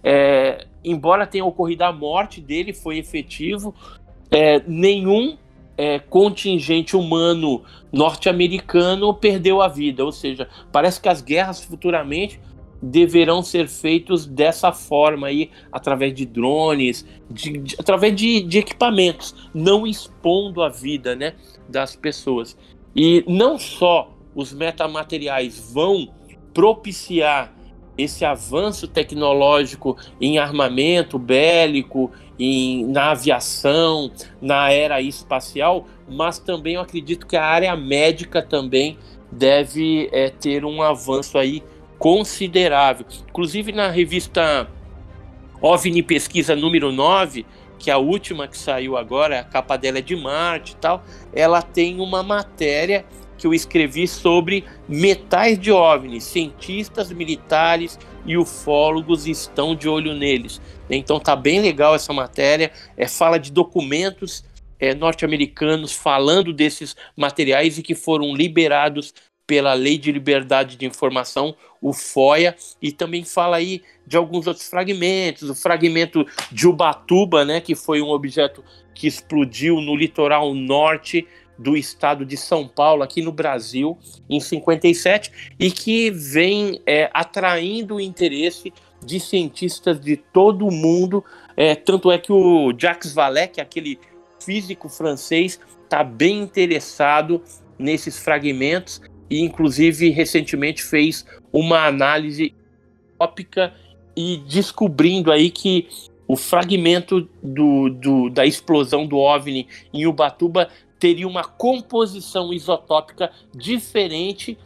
é, embora tenha ocorrido a morte dele, foi efetivo, é, nenhum é, contingente humano norte-americano perdeu a vida, ou seja, parece que as guerras futuramente deverão ser feitas dessa forma aí, através de drones, de, de, através de, de equipamentos, não expondo a vida, né, das pessoas. E não só os metamateriais vão propiciar esse avanço tecnológico em armamento bélico, em, na aviação, na era espacial, mas também eu acredito que a área médica também deve é, ter um avanço aí considerável. Inclusive na revista OVNI Pesquisa número nove, que é a última que saiu agora, a capa dela é de Marte e tal, ela tem uma matéria que eu escrevi sobre metais de OVNI. Cientistas, militares e ufólogos estão de olho neles. Então tá bem legal essa matéria. É, fala de documentos é, norte-americanos falando desses materiais e que foram liberados pela Lei de Liberdade de Informação, o FOIA, e também fala aí de alguns outros fragmentos, o fragmento de Ubatuba, né, que foi um objeto que explodiu no litoral norte do estado de São Paulo, aqui no Brasil, em cinquenta e sete, e que vem é, atraindo o interesse de cientistas de todo o mundo, é, tanto é que o Jacques Vallée, que é aquele físico francês, está bem interessado nesses fragmentos, e inclusive recentemente fez uma análise óptica e descobrindo aí que o fragmento do, do, da explosão do OVNI em Ubatuba teria uma composição isotópica diferente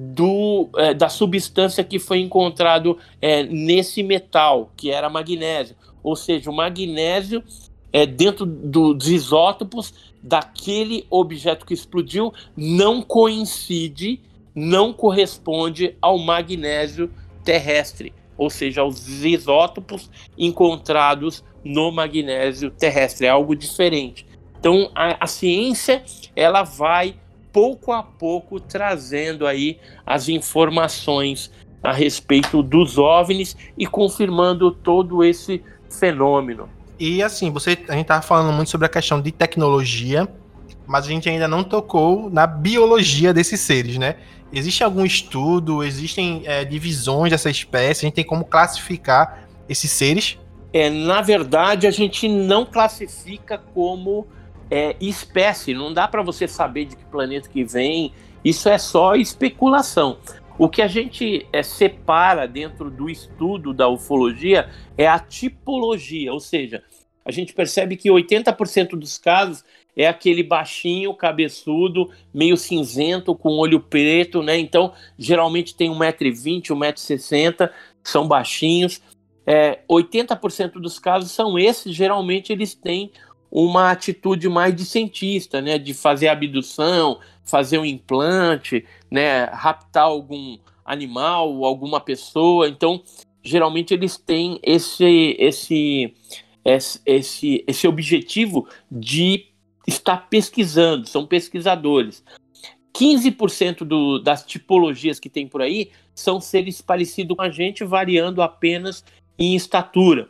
do, é, da substância que foi encontrado é, nesse metal, que era magnésio. Ou seja, o magnésio é, dentro do, dos isótopos daquele objeto que explodiu não coincide, não corresponde ao magnésio terrestre, ou seja, aos isótopos encontrados no magnésio terrestre, é algo diferente. Então a, a ciência ela vai pouco a pouco trazendo aí as informações a respeito dos OVNIs e confirmando todo esse fenômeno. E assim, você, a gente estava falando muito sobre a questão de tecnologia, mas a gente ainda não tocou na biologia desses seres, né? Existe algum estudo, existem é, divisões dessa espécie, a gente tem como classificar esses seres? É, na verdade, a gente não classifica como é, espécie, não dá para você saber de que planeta que vem, isso é só especulação. O que a gente é, separa dentro do estudo da ufologia é a tipologia, ou seja, a gente percebe que oitenta por cento dos casos é aquele baixinho, cabeçudo, meio cinzento, com olho preto, né? Então, geralmente tem um metro e vinte, um metro e sessenta, são baixinhos. É, oitenta por cento dos casos são esses, geralmente eles têm uma atitude mais de cientista, né? De fazer abdução, fazer um implante, né? Raptar algum animal, alguma pessoa. Então, geralmente eles têm esse, esse, esse, esse, esse objetivo de estar pesquisando, são pesquisadores. quinze por cento do, das tipologias que tem por aí são seres parecidos com a gente, variando apenas em estatura.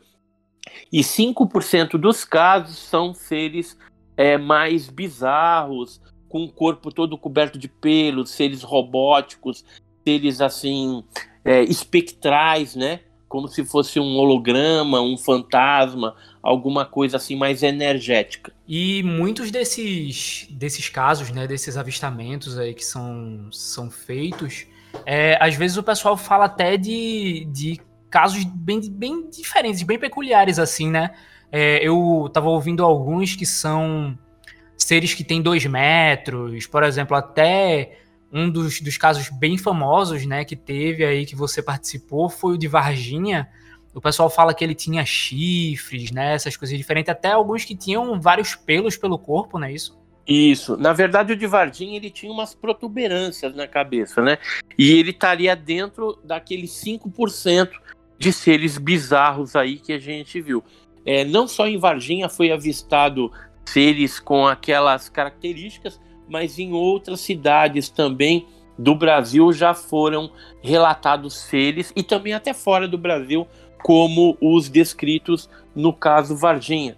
E cinco por cento dos casos são seres é, mais bizarros, com o corpo todo coberto de pelos, seres robóticos, seres assim, é, espectrais, né? Como se fosse um holograma, um fantasma, alguma coisa assim mais energética. E muitos desses, desses casos, né, desses avistamentos aí que são, são feitos, é, às vezes o pessoal fala até de, de casos bem, bem diferentes, bem peculiares, assim, né? É, eu tava ouvindo alguns que são seres que têm dois metros, por exemplo, até um dos, dos casos bem famosos, né, que teve aí, que você participou, foi o de Varginha. O pessoal fala que ele tinha chifres, né, essas coisas diferentes, até alguns que tinham vários pelos pelo corpo, não é isso? Isso. Na verdade, o de Varginha, ele tinha umas protuberâncias na cabeça, né? E ele estaria dentro daqueles cinco por cento de seres bizarros aí que a gente viu. É, não só em Varginha foi avistado seres com aquelas características, mas em outras cidades também do Brasil já foram relatados seres, e também até fora do Brasil, como os descritos no caso Varginha.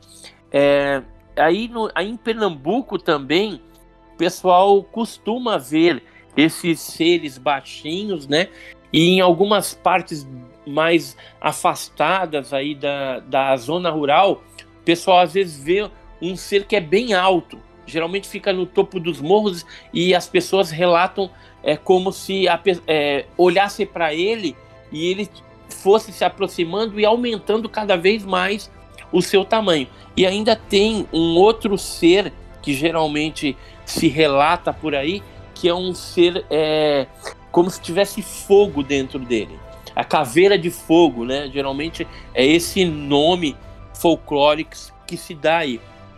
É, aí, no, aí em Pernambuco também, o pessoal costuma ver esses seres baixinhos, né? E em algumas partes mais afastadas aí da, da zona rural, o pessoal às vezes vê um ser que é bem alto, geralmente fica no topo dos morros, e as pessoas relatam é, como se a, é, olhasse para ele e ele fosse se aproximando e aumentando cada vez mais o seu tamanho. E ainda tem um outro ser que geralmente se relata por aí, que é um ser é, como se tivesse fogo dentro dele. A caveira de fogo, né? Geralmente é esse nome folclórico que se dá aí.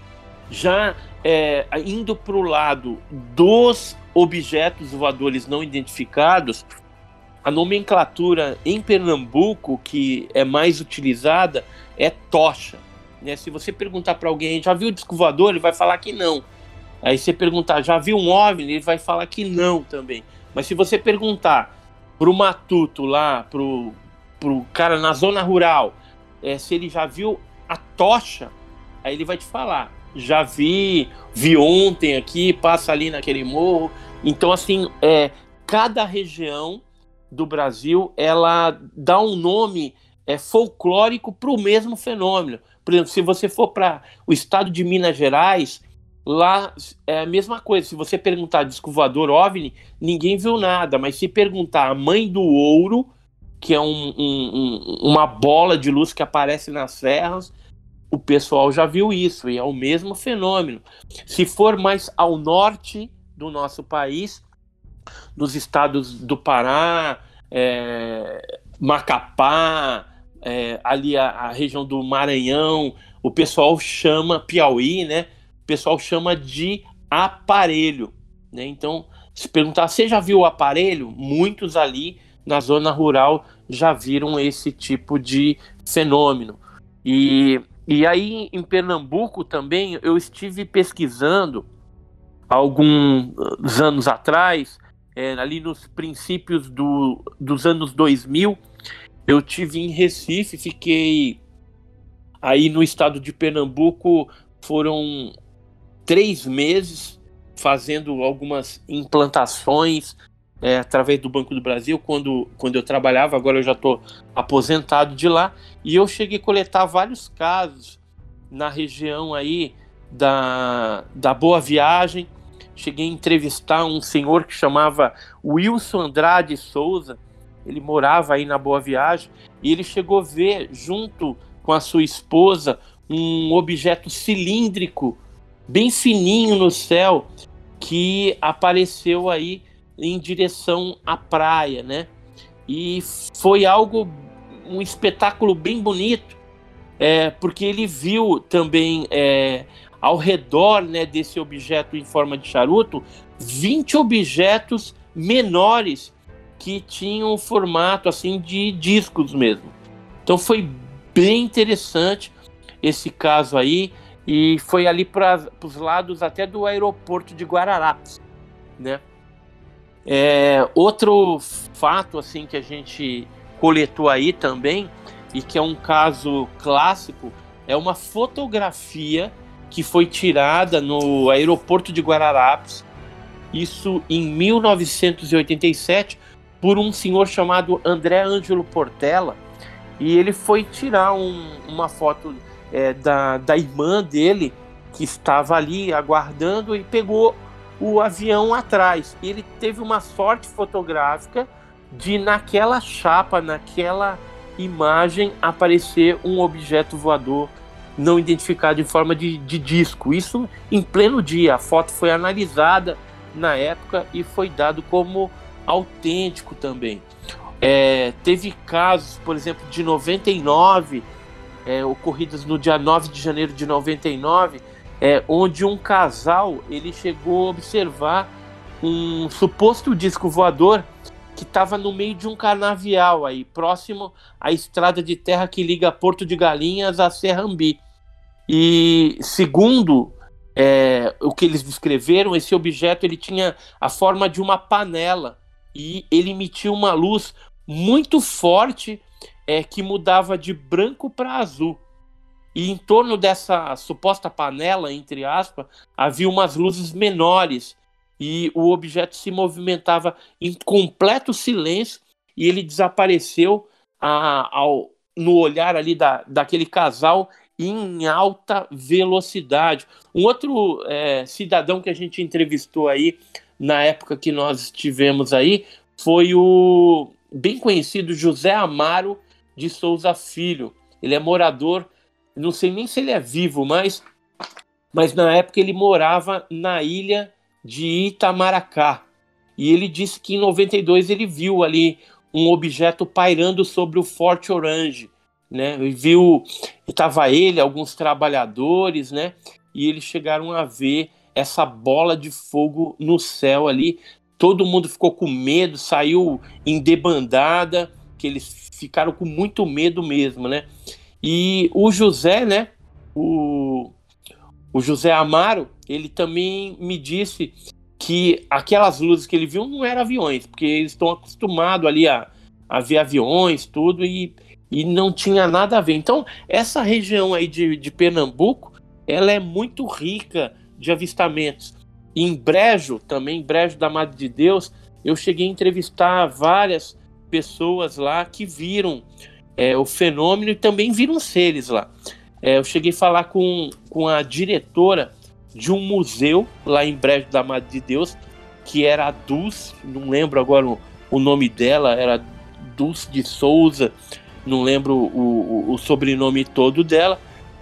Já é, indo para o lado dos objetos voadores não identificados, a nomenclatura em Pernambuco que é mais utilizada é tocha, né? Se você perguntar para alguém, já viu disco voador? Ele vai falar que não. Aí você perguntar, já viu um OVNI? Ele vai falar que não também. Mas se você perguntar pro matuto lá, pro, pro cara na zona rural, é, se ele já viu a tocha, aí ele vai te falar, já vi, vi ontem aqui, passa ali naquele morro. Então, assim, é, cada região do Brasil, ela dá um nome é, folclórico para o mesmo fenômeno. Por exemplo, se você for para o estado de Minas Gerais, lá é a mesma coisa. Se você perguntar disco voador OVNI, ninguém viu nada. Mas se perguntar a mãe do ouro, que é um, um, um, uma bola de luz que aparece nas serras, o pessoal já viu isso, e é o mesmo fenômeno. Se for mais ao norte do nosso país, nos estados do Pará, é, Macapá, é, ali a, a região do Maranhão, o pessoal chama, Piauí, né? O pessoal chama de aparelho, né? Então, se perguntar, você já viu o aparelho? Muitos ali na zona rural já viram esse tipo de fenômeno. E, e aí, em Pernambuco também, eu estive pesquisando alguns anos atrás, é, ali nos princípios do, dos anos dois mil, eu tive em Recife, fiquei aí no estado de Pernambuco, foram três meses fazendo algumas implantações é, através do Banco do Brasil, quando, quando eu trabalhava, agora eu já estou aposentado de lá, e eu cheguei a coletar vários casos na região aí da, da Boa Viagem. Cheguei a entrevistar um senhor que chamava Wilson Andrade Souza, ele morava aí na Boa Viagem, e ele chegou a ver, junto com a sua esposa, um objeto cilíndrico, bem fininho no céu, que apareceu aí em direção à praia, né? E foi algo, um espetáculo bem bonito, é, porque ele viu também... É, ao redor, né, desse objeto em forma de charuto, vinte objetos menores que tinham o formato assim, de discos mesmo. Então foi bem interessante esse caso aí, e foi ali para os lados até do aeroporto de Guararapes, né? É, outro fato assim, que a gente coletou aí também, e que é um caso clássico, é uma fotografia que foi tirada no aeroporto de Guararapes, isso em mil novecentos e oitenta e sete, por um senhor chamado André Ângelo Portela, e ele foi tirar um, uma foto é, da, da irmã dele, que estava ali aguardando, e pegou o avião atrás. Ele teve uma sorte fotográfica de, naquela chapa, naquela imagem, aparecer um objeto voador não identificado em forma de, de disco. Isso em pleno dia. A foto foi analisada na época e foi dado como autêntico também. É, teve casos, por exemplo, de noventa e nove, é, ocorridos no dia nove de janeiro de noventa e nove, é, onde um casal ele chegou a observar um suposto disco voador que estava no meio de um canavial, aí, próximo à estrada de terra que liga Porto de Galinhas a Serrambi. E segundo é, o que eles descreveram, esse objeto ele tinha a forma de uma panela e ele emitia uma luz muito forte é, que mudava de branco para azul. E em torno dessa suposta panela, entre aspas, havia umas luzes menores e o objeto se movimentava em completo silêncio e ele desapareceu a, ao, no olhar ali da, daquele casal em alta velocidade. Um outro é, cidadão que a gente entrevistou aí na época que nós estivemos aí foi o bem conhecido José Amaro de Souza Filho. Ele é morador, não sei nem se ele é vivo, mas, mas na época ele morava na ilha de Itamaracá. E ele disse que em noventa e dois ele viu ali um objeto pairando sobre o Forte Orange, né? E viu, estava ele, alguns trabalhadores, né? E eles chegaram a ver essa bola de fogo no céu ali. Todo mundo ficou com medo, saiu em debandada, que eles ficaram com muito medo mesmo, né? E o José, né? O, o José Amaro, ele também me disse que aquelas luzes que ele viu não eram aviões, porque eles estão acostumados ali a, a ver aviões, tudo, e, e não tinha nada a ver. Então, essa região aí de, de Pernambuco, ela é muito rica de avistamentos. Em Brejo, também, Brejo da Madre de Deus, eu cheguei a entrevistar várias pessoas lá que viram é, o fenômeno e também viram seres lá. É, eu cheguei a falar com, com a diretora de um museu lá em Brejo da Madre de Deus, que era a Dulce, não lembro agora o, o nome dela, era Dulce de Souza, não lembro o, o, o sobrenome todo dela,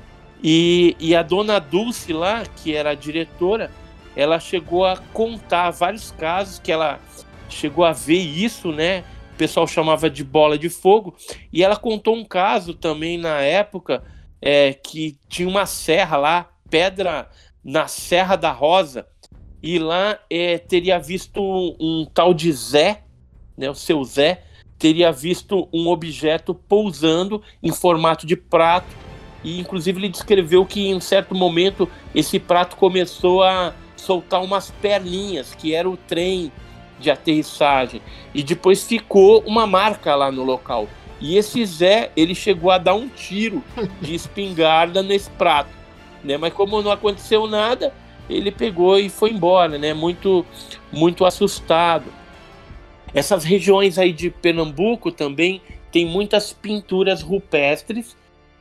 e, e a dona Dulce lá, que era a diretora, ela chegou a contar vários casos que ela chegou a ver isso, né? O pessoal chamava de bola de fogo, e ela contou um caso também na época, é, que tinha uma serra lá, pedra na Serra da Rosa, e lá é, teria visto um, um tal de Zé, né, o seu Zé, teria visto um objeto pousando em formato de prato, e inclusive ele descreveu que em um certo momento esse prato começou a soltar umas perninhas, que era o trem de aterrissagem, e depois ficou uma marca lá no local. E esse Zé, ele chegou a dar um tiro de espingarda nesse prato, né? Mas como não aconteceu nada, ele pegou e foi embora, né? Muito, muito assustado. Essas regiões aí de Pernambuco também tem muitas pinturas rupestres,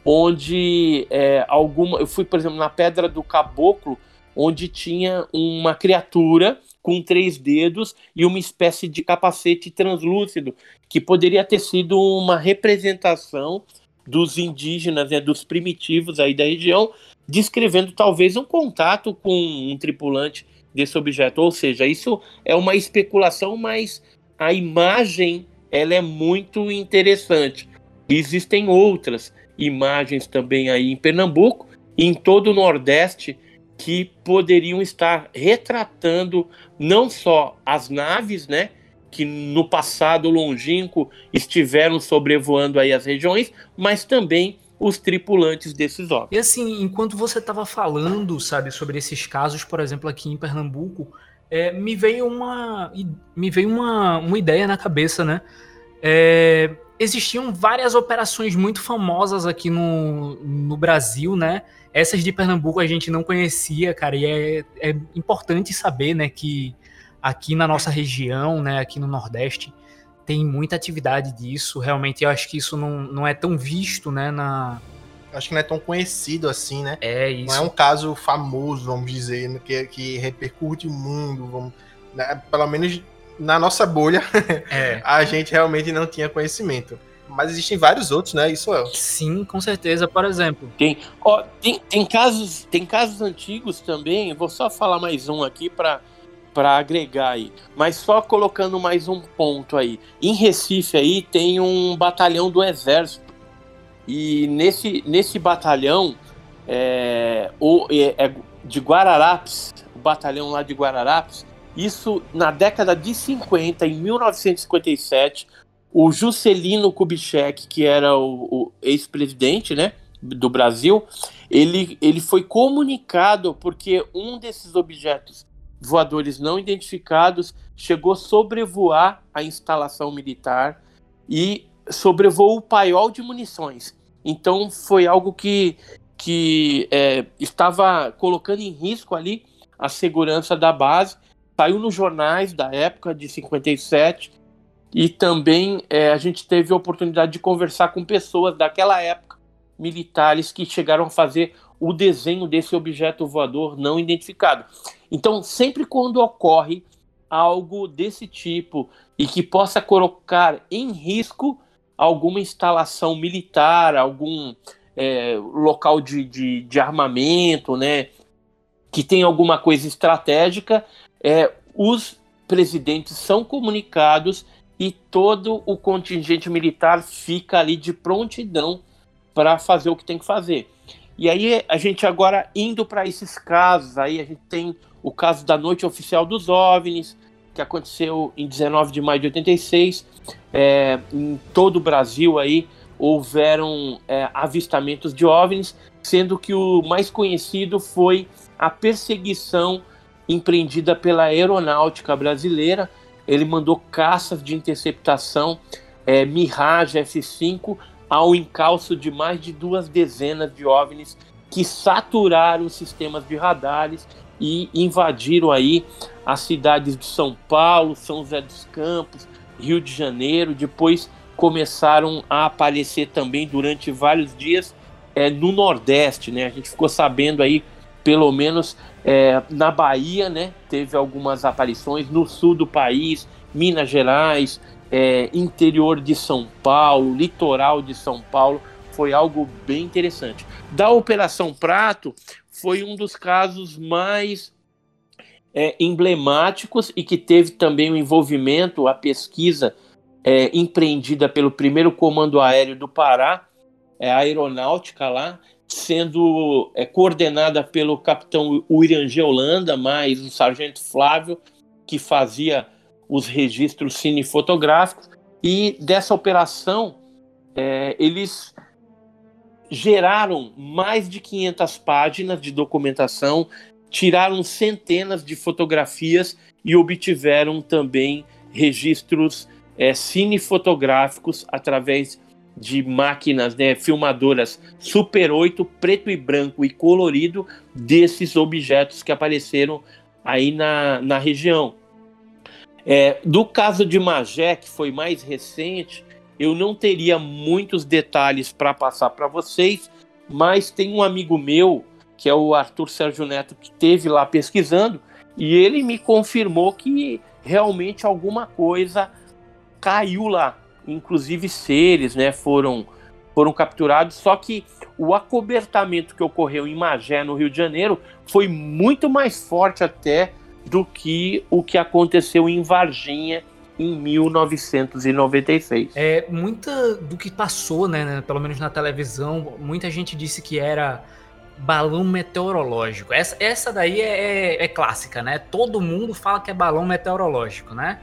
onde é, alguma... Eu fui, por exemplo, na Pedra do Caboclo, onde tinha uma criatura com três dedos e uma espécie de capacete translúcido, que poderia ter sido uma representação dos indígenas, né, dos primitivos aí da região, descrevendo talvez um contato com um tripulante desse objeto. Ou seja, isso é uma especulação, mas a imagem ela é muito interessante. Existem outras imagens também aí em Pernambuco e em todo o Nordeste que poderiam estar retratando não só as naves, né, que no passado longínquo estiveram sobrevoando aí as regiões, mas também os tripulantes desses ovos. E assim, enquanto você estava falando, sabe, sobre esses casos, por exemplo, aqui em Pernambuco, é, me veio uma me veio uma, uma ideia na cabeça, né? É, existiam várias operações muito famosas aqui no, no Brasil, né? Essas de Pernambuco a gente não conhecia, cara, e é, é importante saber, né, que aqui na nossa região, né, aqui no Nordeste, tem muita atividade disso. Realmente eu acho que isso não, não é tão visto, né, na... Acho que não é tão conhecido assim, né? É isso. Não é um caso famoso, vamos dizer, que, que repercute o mundo, vamos, né? Pelo menos na nossa bolha, é. A gente realmente não tinha conhecimento. Mas existem vários outros, né, Isso. Sim, com certeza. Por exemplo... Tem, ó, tem, tem, casos, tem casos antigos também, vou só falar mais um aqui para para agregar aí, mas só colocando mais um ponto aí. Em Recife aí tem um batalhão do Exército, e nesse, nesse batalhão é, o, é, é de Guararapes, o batalhão lá de Guararapes, isso na década de cinquenta, em mil novecentos e cinquenta e sete, o Juscelino Kubitschek, que era o, o ex-presidente, né, do Brasil, ele, ele foi comunicado porque um desses objetos voadores não identificados chegou a sobrevoar a instalação militar e sobrevoou o paiol de munições. Então foi algo que, que é, estava colocando em risco ali a segurança da base. Saiu nos jornais da época de cinquenta e sete, e também é, a gente teve a oportunidade de conversar com pessoas daquela época, militares que chegaram a fazer o desenho desse objeto voador não identificado. Então, sempre quando ocorre algo desse tipo e que possa colocar em risco alguma instalação militar, algum é, local de, de, de armamento, né, que tem alguma coisa estratégica, é, os presidentes são comunicados e todo o contingente militar fica ali de prontidão para fazer o que tem que fazer. E aí a gente agora indo para esses casos, aí a gente tem o caso da Noite Oficial dos OVNIs, que aconteceu em dezenove de maio de oitenta e seis, é, em todo o Brasil aí houveram é, avistamentos de OVNIs, sendo que o mais conhecido foi a perseguição empreendida pela Aeronáutica Brasileira. Ele mandou caças de interceptação é, Mirage F cinco ao encalço de mais de duas dezenas de OVNIs que saturaram os sistemas de radares e invadiram aí as cidades de São Paulo, São José dos Campos, Rio de Janeiro. Depois começaram a aparecer também durante vários dias é, no Nordeste, né? A gente ficou sabendo aí, pelo menos é, na Bahia, né? Teve algumas aparições, no sul do país, Minas Gerais, é, interior de São Paulo, litoral de São Paulo. Foi algo bem interessante. Da Operação Prato, foi um dos casos mais é, emblemáticos e que teve também o envolvimento, a pesquisa é, empreendida pelo primeiro Comando Aéreo do Pará, é, a aeronáutica lá, sendo é, coordenada pelo capitão William G. Holanda, mais o sargento Flávio, que fazia os registros cinefotográficos. E dessa operação, é, eles geraram mais de quinhentas páginas de documentação, tiraram centenas de fotografias e obtiveram também registros é, cinefotográficos através de máquinas, né, filmadoras Super oito, preto e branco e colorido, desses objetos que apareceram aí na, na região. É, do caso de Magé, que foi mais recente, eu não teria muitos detalhes para passar para vocês, mas tem um amigo meu, que é o Arthur Sérgio Neto, que esteve lá pesquisando, e ele me confirmou que realmente alguma coisa caiu lá. Inclusive seres, né, foram, foram capturados, só que o acobertamento que ocorreu em Magé, no Rio de Janeiro, foi muito mais forte até do que o que aconteceu em Varginha, em mil novecentos e noventa e seis. É, muita do que passou, né, né, pelo menos na televisão, muita gente disse que era balão meteorológico. Essa, essa daí é, é, é clássica, né? Todo mundo fala que é balão meteorológico, né?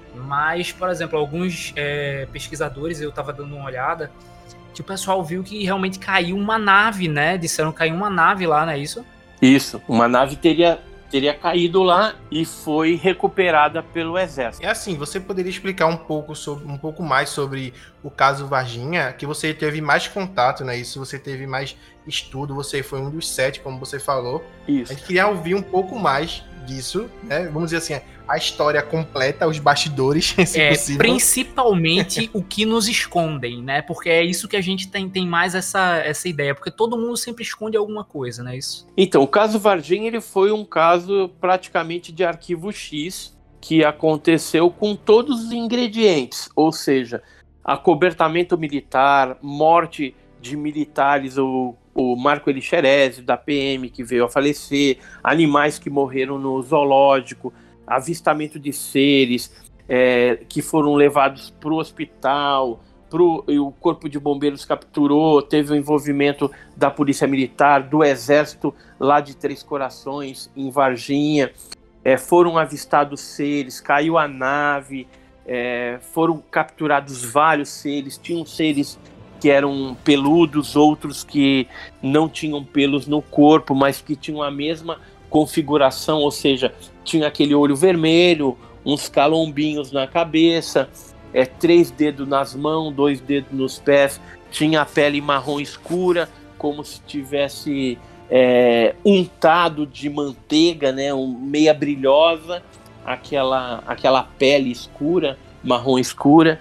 Mas, por exemplo, alguns é, pesquisadores, eu estava dando uma olhada, que o pessoal viu que realmente caiu uma nave, né? Disseram que caiu uma nave lá, não é isso? Isso, uma nave teria... teria caído lá e foi recuperada pelo Exército. É assim, você poderia explicar um pouco, sobre, um pouco mais sobre o caso Varginha, que você teve mais contato, né? Isso, você teve mais estudo, você foi um dos sete, como você falou. Isso. A gente queria ouvir um pouco mais disso, né? Vamos dizer assim, a história completa, os bastidores, se é, possível. Principalmente o que nos escondem, né? Porque é isso que a gente tem, tem mais essa, essa ideia, porque todo mundo sempre esconde alguma coisa, não é isso? Então, o caso Varginha, ele foi um caso praticamente de arquivo X, que aconteceu com todos os ingredientes, ou seja, acobertamento militar, morte de militares, o, o Marco Elixerese, da P M, que veio a falecer, animais que morreram no zoológico, avistamento de seres é, que foram levados para o hospital, pro, o Corpo de Bombeiros capturou, teve o envolvimento da Polícia Militar, do Exército lá de Três Corações, em Varginha, é, foram avistados seres, caiu a nave, é, foram capturados vários seres, tinham seres que eram peludos, outros que não tinham pelos no corpo, mas que tinham a mesma configuração, ou seja, tinha aquele olho vermelho, uns calombinhos na cabeça, é, três dedos nas mãos, dois dedos nos pés, tinha a pele marrom escura, como se tivesse é, untado de manteiga, né, um, meia brilhosa, aquela, aquela pele escura, marrom escura.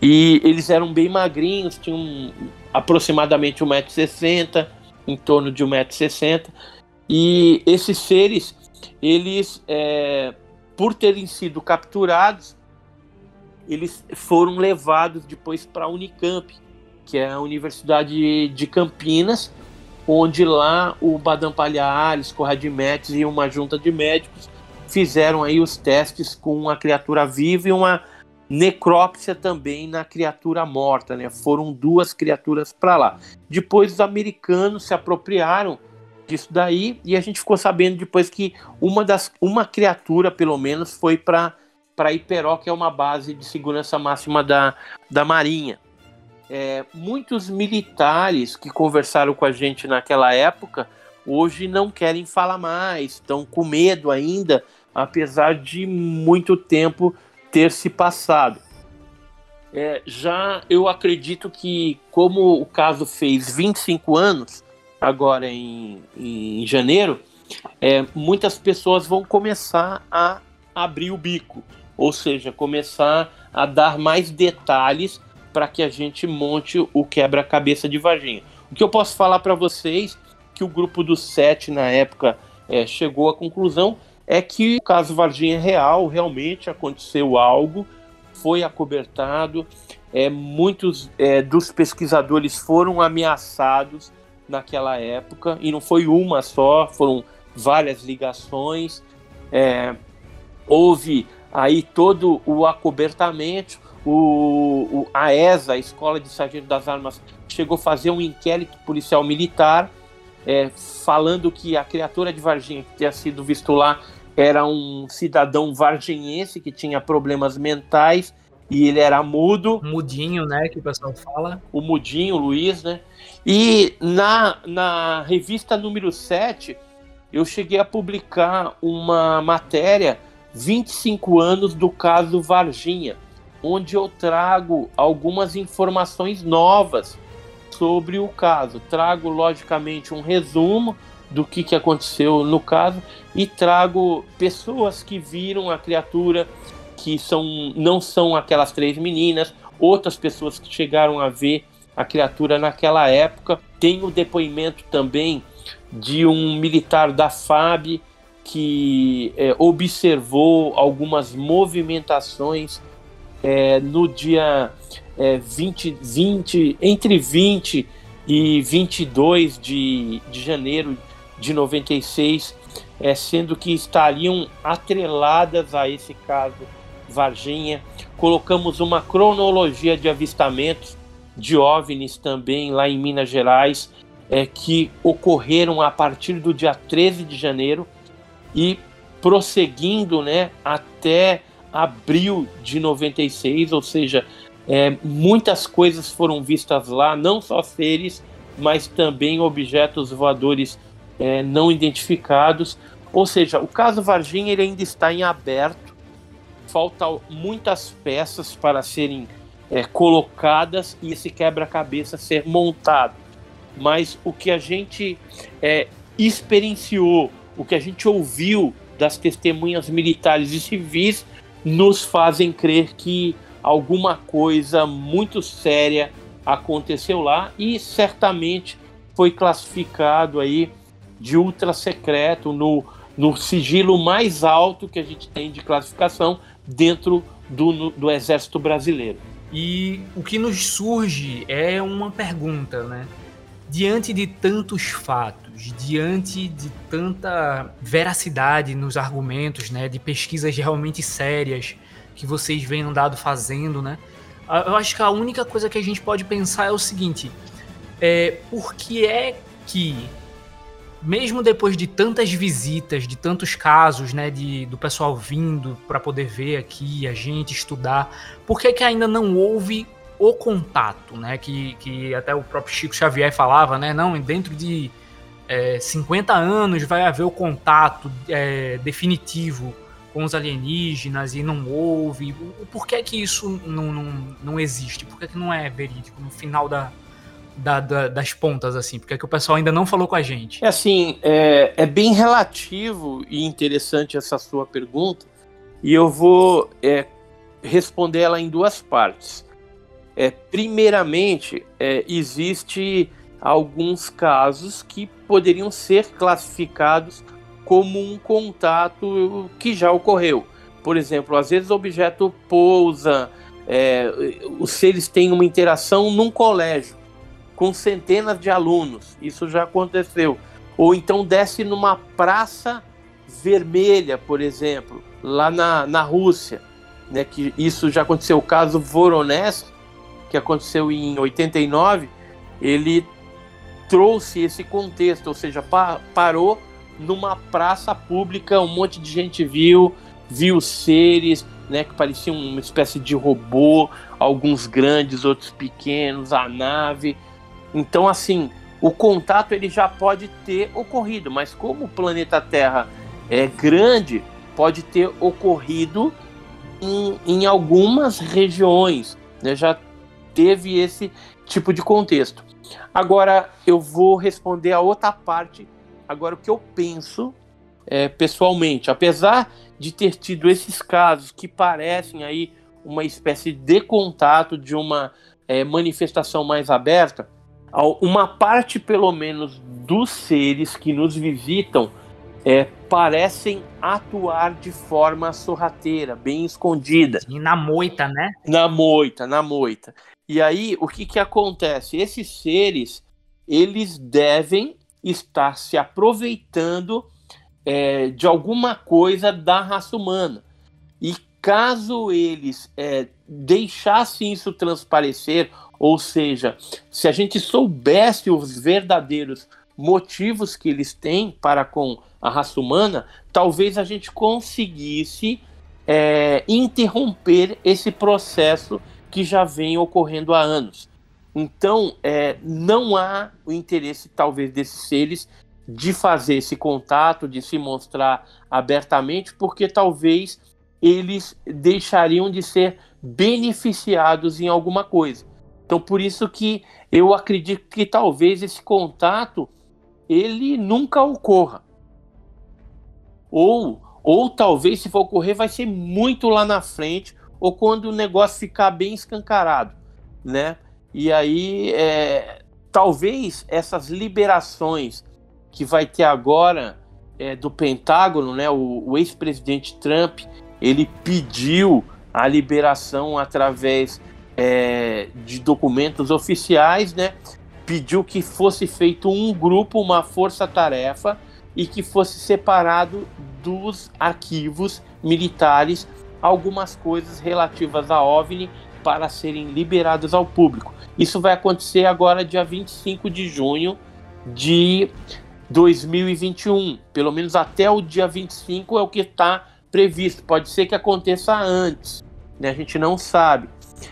E eles eram bem magrinhos, tinham aproximadamente um metro e sessenta, em torno de um metro e sessenta. E esses seres, eles, é, por terem sido capturados, eles foram levados depois para a Unicamp, que é a Universidade de Campinas, onde lá o Badan Palhares, Conrad Metz e uma junta de médicos fizeram aí os testes com a criatura viva e uma necrópsia também na criatura morta, né? Foram duas criaturas para lá. Depois os americanos se apropriaram disso daí e a gente ficou sabendo depois que uma, das, uma criatura, pelo menos, foi para para Iperó, que é uma base de segurança máxima da, da Marinha. É, muitos militares que conversaram com a gente naquela época hoje não querem falar mais, estão com medo ainda, apesar de muito tempo ter se passado. É, já eu acredito que, como o caso fez vinte e cinco anos, agora em, em janeiro, é, muitas pessoas vão começar a abrir o bico, ou seja, começar a dar mais detalhes para que a gente monte o quebra-cabeça de Varginha. O que eu posso falar para vocês, que o grupo dos sete na época é, chegou à conclusão, é que o caso Varginha é real, realmente aconteceu algo, foi acobertado, é, muitos é, dos pesquisadores foram ameaçados naquela época, e não foi uma só, foram várias ligações, é, houve aí todo o acobertamento, o, o, a E S A, a Escola de Sargento das Armas, chegou a fazer um inquérito policial militar, é, falando que a criatura de Varginha que tinha sido visto lá era um cidadão varginhense que tinha problemas mentais e ele era mudo. Mudinho, né, que o pessoal fala. O Mudinho, o Luiz, né? E na, na revista número sete, eu cheguei a publicar uma matéria, vinte e cinco anos do caso Varginha, onde eu trago algumas informações novas sobre o caso. Trago, logicamente, um resumo do que, que aconteceu no caso e trago pessoas que viram a criatura, que são, não são aquelas três meninas, outras pessoas que chegaram a ver a criatura naquela época. Tem o depoimento também de um militar da F A B que é, observou algumas movimentações é, no dia é, vinte, vinte, entre vinte e vinte e dois de, de janeiro de noventa e seis, é, sendo que estariam atreladas a esse caso Varginha. Colocamos uma cronologia de avistamentos de OVNIs também lá em Minas Gerais, é, que ocorreram a partir do dia treze de janeiro e prosseguindo, né, até abril de noventa e seis, ou seja, é, muitas coisas foram vistas lá, não só seres, mas também objetos voadores é, não identificados. Ou seja, o caso Varginha ele ainda está em aberto, faltam muitas peças para serem é, colocadas e esse quebra-cabeça ser montado. Mas o que a gente é, experienciou, o que a gente ouviu das testemunhas militares e civis, nos fazem crer que alguma coisa muito séria aconteceu lá e certamente foi classificado aí de ultra secreto, no, no sigilo mais alto que a gente tem de classificação dentro do, no, do Exército Brasileiro. E o que nos surge é uma pergunta, né? Diante de tantos fatos, diante de tanta veracidade nos argumentos, né, de pesquisas realmente sérias que vocês vêm andado fazendo, né, eu acho que a única coisa que a gente pode pensar é o seguinte: é, por que é que, mesmo depois de tantas visitas, de tantos casos, né, de, do pessoal vindo para poder ver aqui, a gente estudar, por que é que ainda não houve o contato, né, que, que até o próprio Chico Xavier falava, né, não, dentro de é, cinquenta anos vai haver o contato é, definitivo com os alienígenas e não houve. Por que é que isso não, não, não existe? Por que é que não é verídico no final da, da, da, das pontas, assim? Por que é que o pessoal ainda não falou com a gente? É assim, é, é bem relativo e interessante essa sua pergunta, e eu vou é, responder ela em duas partes. É, primeiramente, é, existe alguns casos que poderiam ser classificados como um contato que já ocorreu. Por exemplo, às vezes o objeto pousa, é, os seres têm uma interação num colégio com centenas de alunos, isso já aconteceu. Ou então desce numa praça vermelha, por exemplo, lá na, na Rússia, né, que isso já aconteceu. O caso Voronezh, que aconteceu em oitenta e nove, ele trouxe esse contexto, ou seja, pa- parou numa praça pública, um monte de gente viu, viu seres, né, que pareciam uma espécie de robô, alguns grandes, outros pequenos, a nave. Então, assim, o contato ele já pode ter ocorrido, mas como o planeta Terra é grande, pode ter ocorrido em, em algumas regiões, né? Já teve esse tipo de contexto. Agora eu vou responder a outra parte, agora o que eu penso é, pessoalmente, apesar de ter tido esses casos que parecem aí uma espécie de contato, de uma é, manifestação mais aberta, uma parte pelo menos dos seres que nos visitam é, parecem atuar de forma sorrateira, bem escondida. E na moita, né? Na moita, na moita. E aí, o que, que acontece? Esses seres, eles devem estar se aproveitando é, de alguma coisa da raça humana. E caso eles é, deixassem isso transparecer, ou seja, se a gente soubesse os verdadeiros motivos que eles têm para com a raça humana, talvez a gente conseguisse é, interromper esse processo que já vem ocorrendo há anos. Então, é, não há o interesse, talvez, desses seres de fazer esse contato, de se mostrar abertamente, porque talvez eles deixariam de ser beneficiados em alguma coisa. Então, por isso que eu acredito que talvez esse contato ele nunca ocorra. Ou, ou talvez, se for ocorrer, vai ser muito lá na frente, ou quando o negócio ficar bem escancarado, né? E aí, é, talvez essas liberações que vai ter agora é, do Pentágono, né? O, o ex-presidente Trump, ele pediu a liberação através é, de documentos oficiais, né? Pediu que fosse feito um grupo, uma força-tarefa, e que fosse separado dos arquivos militares algumas coisas relativas a OVNI para serem liberadas ao público. Isso vai acontecer agora dia vinte e cinco de junho de dois mil e vinte e um. Pelo menos até o dia vinte e cinco é o que está previsto. Pode ser que aconteça antes, né? A gente não sabe.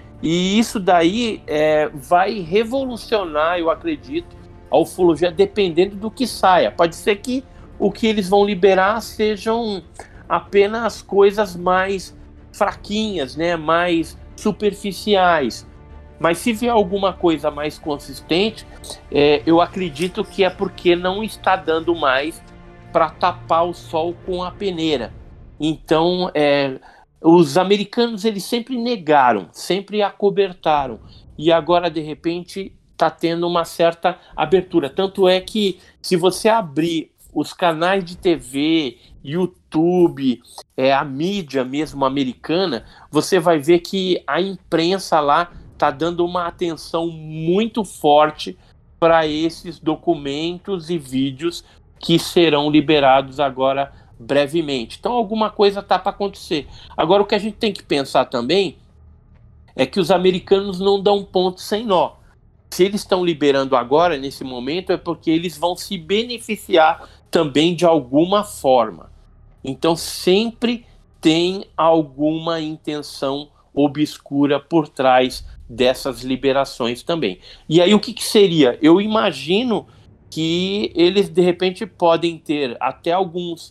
E isso daí é, vai revolucionar, eu acredito, a ufologia, dependendo do que saia. Pode ser que o que eles vão liberar sejam apenas coisas mais fraquinhas, né? Mais superficiais. Mas se vier alguma coisa mais consistente, é, eu acredito que é porque não está dando mais para tapar o sol com a peneira. Então, é, os americanos eles sempre negaram, sempre acobertaram. E agora, de repente, está tendo uma certa abertura. Tanto é que, se você abrir os canais de T V, YouTube, é, a mídia mesmo americana, você vai ver que a imprensa lá está dando uma atenção muito forte para esses documentos e vídeos que serão liberados agora brevemente. Então alguma coisa está para acontecer. Agora o que a gente tem que pensar também é que os americanos não dão ponto sem nó. Se eles estão liberando agora, nesse momento, é porque eles vão se beneficiar também de alguma forma. Então sempre tem alguma intenção obscura por trás dessas liberações também. E aí o que, que seria? Eu imagino que eles de repente podem ter até alguns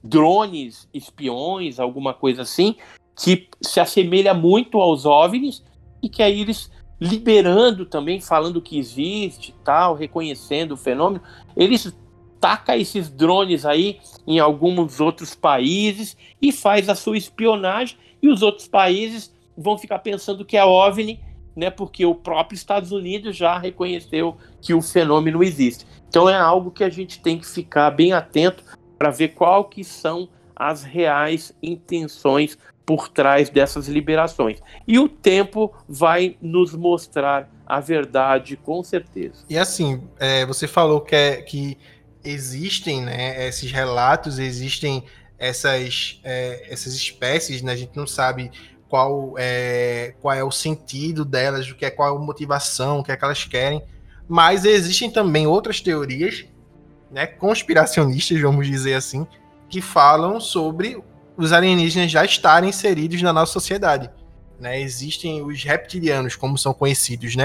drones espiões, alguma coisa assim, que se assemelha muito aos OVNIs, e que aí eles liberando também, falando que existe, tal, reconhecendo o fenômeno, eles tacam esses drones aí em alguns outros países e faz a sua espionagem, e os outros países vão ficar pensando que é OVNI, né, porque o próprio Estados Unidos já reconheceu que o fenômeno existe. Então é algo que a gente tem que ficar bem atento para ver qual que são as reais intenções por trás dessas liberações. E o tempo vai nos mostrar a verdade, com certeza. E assim, é, você falou que, é, que existem, né, esses relatos, existem essas, é, essas espécies, né, a gente não sabe qual é, qual é o sentido delas, o que é, qual é a motivação, o que é que elas querem, mas existem também outras teorias, né, conspiracionistas, vamos dizer assim, que falam sobre os alienígenas já estarem inseridos na nossa sociedade, né? Existem os reptilianos, como são conhecidos, né?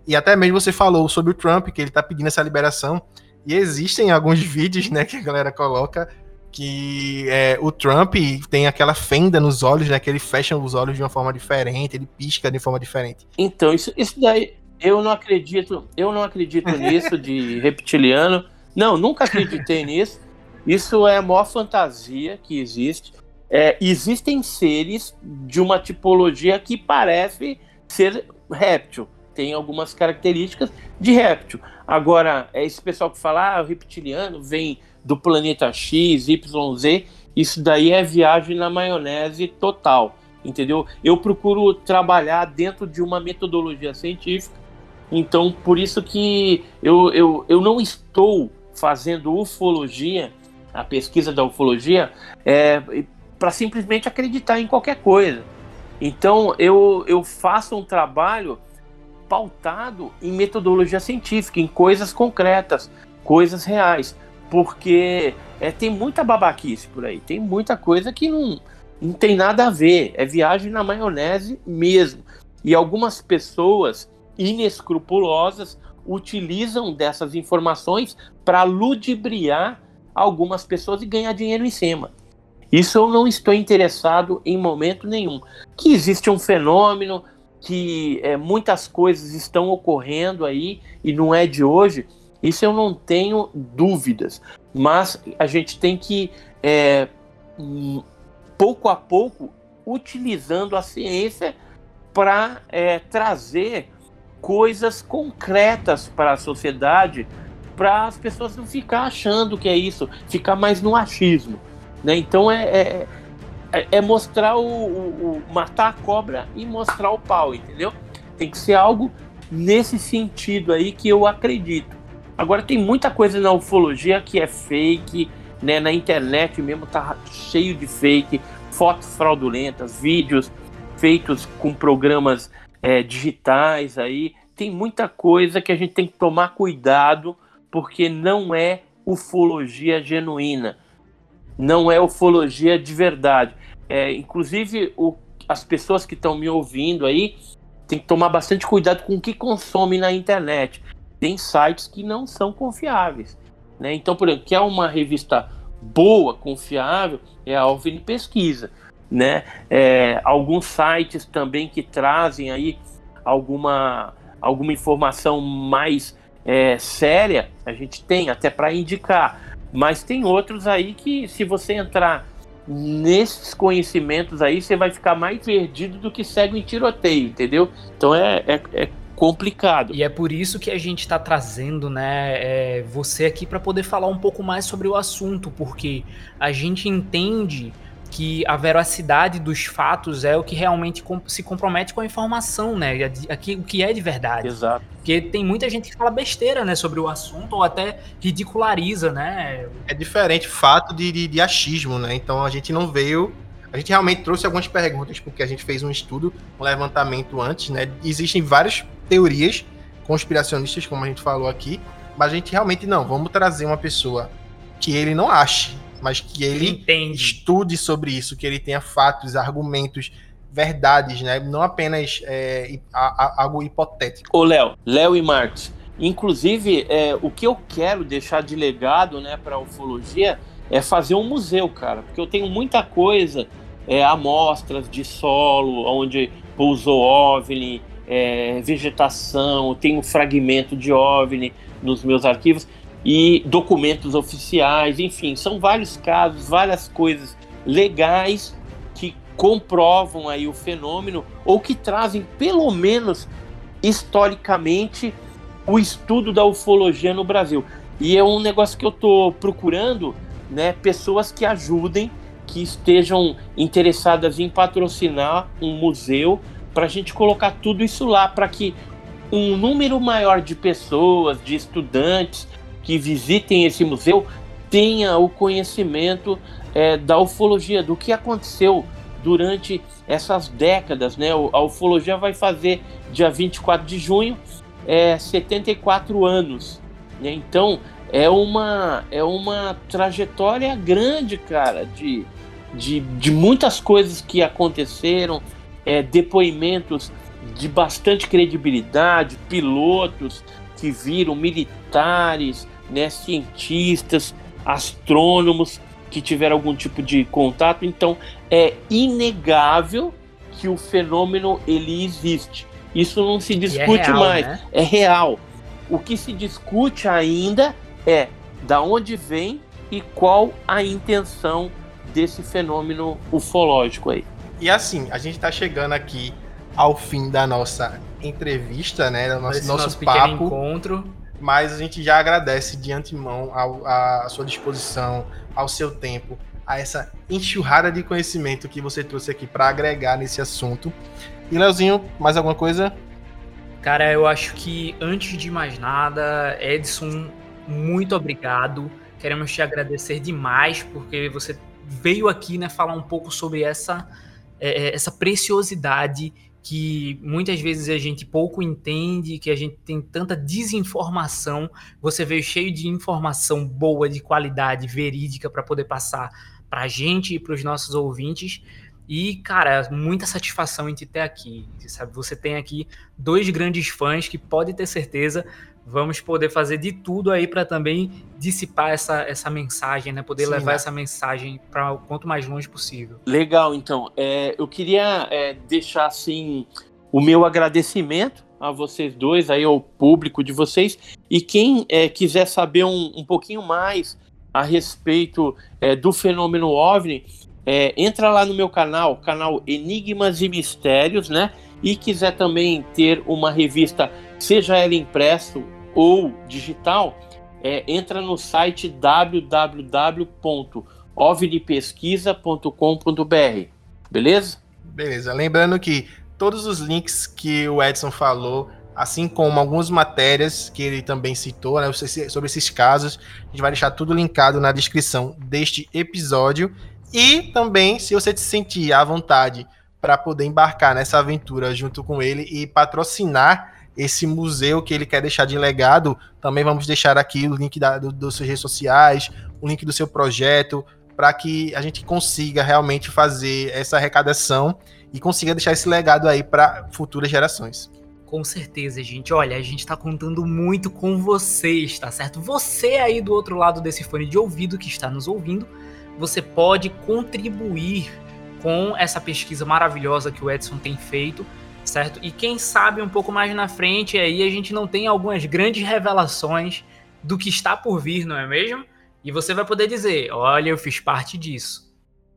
E até mesmo você falou sobre o Trump, que ele tá pedindo essa liberação, e existem alguns vídeos, né, que a galera coloca, que é, o Trump tem aquela fenda nos olhos, né, que ele fecha os olhos de uma forma diferente, ele pisca de forma diferente. Então, isso, isso daí, eu não acredito, eu não acredito nisso de reptiliano. Não, nunca acreditei nisso. Isso é a maior fantasia que existe. É, existem seres de uma tipologia que parece ser réptil. Tem algumas características de réptil. Agora, esse pessoal que fala, ah, o reptiliano vem do planeta X, Y, Z, isso daí é viagem na maionese total, entendeu? Eu procuro trabalhar dentro de uma metodologia científica, então por isso que eu, eu, eu não estou fazendo ufologia, a pesquisa da ufologia, é, para simplesmente acreditar em qualquer coisa. Então eu, eu faço um trabalho pautado em metodologia científica, em coisas concretas, coisas reais, porque é, tem muita babaquice por aí, tem muita coisa que não, não tem nada a ver, é viagem na maionese mesmo. E algumas pessoas inescrupulosas utilizam dessas informações para ludibriar algumas pessoas e ganhar dinheiro em cima. Isso eu não estou interessado em momento nenhum. Que existe um fenômeno, que é, muitas coisas estão ocorrendo aí e não é de hoje, isso eu não tenho dúvidas, mas a gente tem que, é, pouco a pouco, utilizando a ciência para é, trazer coisas concretas para a sociedade, para as pessoas não ficar achando que é isso, ficar mais no achismo, né? Então é, é, é mostrar o, o, o matar a cobra e mostrar o pau, entendeu? Tem que ser algo nesse sentido aí que eu acredito. Agora tem muita coisa na ufologia que é fake, né? Na internet mesmo tá cheio de fake, fotos fraudulentas, vídeos feitos com programas é, digitais aí. Tem muita coisa que a gente tem que tomar cuidado, porque não é ufologia genuína, não é ufologia de verdade. É, inclusive o, as pessoas que estão me ouvindo aí tem que tomar bastante cuidado com o que consome na internet. Tem sites que não são confiáveis, né? Então, por exemplo, que é uma revista boa, confiável, é a OVNI Pesquisa, né? É, alguns sites também que trazem aí alguma, alguma informação mais é, séria, a gente tem até para indicar, mas tem outros aí que, se você entrar nesses conhecimentos aí, você vai ficar mais perdido do que cego em tiroteio, entendeu? Então é, é, é complicado. E é por isso que a gente está trazendo, né, é, você aqui para poder falar um pouco mais sobre o assunto, porque a gente entende que a veracidade dos fatos é o que realmente se compromete com a informação, né, aqui, o que é de verdade. Exato. Porque tem muita gente que fala besteira, né, sobre o assunto, ou até ridiculariza, né. É diferente fato de, de, de achismo, né, então a gente não veio... A gente realmente trouxe algumas perguntas, porque a gente fez um estudo, um levantamento antes, né? Existem várias teorias conspiracionistas, como a gente falou aqui, mas a gente realmente não, vamos trazer uma pessoa que ele não ache, mas que ele Entende. estude sobre isso, que ele tenha fatos, argumentos, verdades, né? Não apenas é, a, a, algo hipotético. Ô, Léo, Léo e Marcos, inclusive, é, o que eu quero deixar de legado, né, para a ufologia é fazer um museu, cara, porque eu tenho muita coisa, é, amostras de solo, onde pousou OVNI, é, vegetação, tenho fragmento de OVNI nos meus arquivos, e documentos oficiais, enfim, são vários casos, várias coisas legais que comprovam aí o fenômeno, ou que trazem, pelo menos historicamente, o estudo da ufologia no Brasil. E é um negócio que eu estou procurando, né, pessoas que ajudem, que estejam interessadas em patrocinar um museu, para a gente colocar tudo isso lá, para que um número maior de pessoas, de estudantes que visitem esse museu, tenha o conhecimento é, da ufologia, do que aconteceu durante essas décadas, né? A ufologia vai fazer, dia vinte e quatro de junho, é, setenta e quatro anos, né? Então é uma, é uma trajetória grande, cara, de, de, de muitas coisas que aconteceram, é, depoimentos de bastante credibilidade, pilotos que viram, militares, né, cientistas, astrônomos que tiveram algum tipo de contato. Então é inegável que o fenômeno ele existe. Isso não se discute é real, mais, né? É real. O que se discute ainda é da onde vem e qual a intenção desse fenômeno ufológico aí. E assim, a gente tá chegando aqui ao fim da nossa entrevista, né, do nosso, Esse nosso, nosso pequeno papo, encontro. mas a gente já agradece de antemão ao, a sua disposição, ao seu tempo, a essa enxurrada de conhecimento que você trouxe aqui para agregar nesse assunto. E Leozinho, mais alguma coisa? Cara, eu acho que antes de mais nada, Edson, muito obrigado. Queremos te agradecer demais porque você veio aqui, né, falar um pouco sobre essa, é, essa preciosidade que muitas vezes a gente pouco entende, que a gente tem tanta desinformação. Você veio cheio de informação boa, de qualidade, verídica, para poder passar para a gente e para os nossos ouvintes. E, cara, muita satisfação em te ter aqui, sabe? Você tem aqui dois grandes fãs que pode ter certeza vamos poder fazer de tudo aí para também dissipar essa, essa mensagem, né? Poder Sim, levar né? essa mensagem para o quanto mais longe possível. Legal, então. É, eu queria é, deixar, assim, o meu agradecimento a vocês dois, aí ao público de vocês. E quem é, quiser saber um, um pouquinho mais a respeito é, do fenômeno OVNI, é, entra lá no meu canal, canal Enigmas e Mistérios, né? E quiser também ter uma revista, seja ela impresso ou digital, é, entra no site w w w ponto ovni pesquisa ponto com ponto b r. Beleza? Beleza. Lembrando que todos os links que o Edson falou, assim como algumas matérias que ele também citou, né, sobre esses casos, a gente vai deixar tudo linkado na descrição deste episódio. E também, se você se sentir à vontade para poder embarcar nessa aventura junto com ele e patrocinar esse museu que ele quer deixar de legado, também vamos deixar aqui o link da, do, das suas redes sociais, o link do seu projeto, para que a gente consiga realmente fazer essa arrecadação e consiga deixar esse legado aí para futuras gerações. Com certeza, gente. Olha, a gente tá contando muito com vocês, tá certo? Você aí do outro lado desse fone de ouvido que está nos ouvindo, você pode contribuir com essa pesquisa maravilhosa que o Edson tem feito, certo? E quem sabe um pouco mais na frente aí a gente não tem algumas grandes revelações do que está por vir, não é mesmo? E você vai poder dizer, olha, eu fiz parte disso.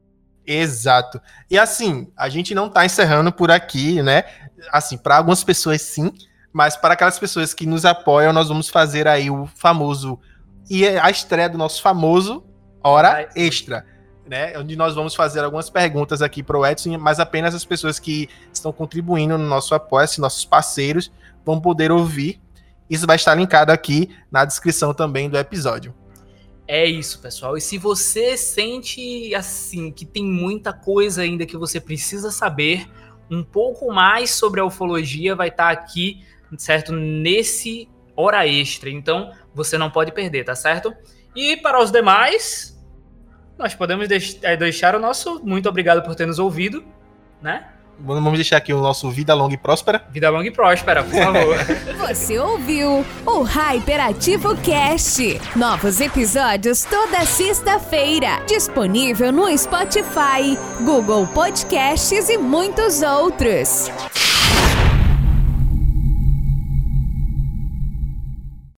Exato. E assim, a gente não tá encerrando por aqui, né? Assim, para algumas pessoas sim, mas para aquelas pessoas que nos apoiam, nós vamos fazer aí o famoso, e a estreia do nosso famoso Hora Extra, né, onde nós vamos fazer algumas perguntas aqui para o Edson, mas apenas as pessoas que estão contribuindo no nosso apoio, nossos parceiros, vão poder ouvir. Isso vai estar linkado aqui na descrição também do episódio. É isso, pessoal. E se você sente assim que tem muita coisa ainda que você precisa saber, um pouco mais sobre a ufologia vai estar aqui, certo? Nesse Hora Extra. Então, você não pode perder, tá certo? E para os demais, nós podemos deixar o nosso muito obrigado por ter nos ouvido, né? Vamos deixar aqui o nosso Vida Longa e Próspera. Vida Longa e Próspera, por favor. Você ouviu o Hyperativo Cast. Novos episódios toda sexta-feira. Disponível no Spotify, Google Podcasts e muitos outros.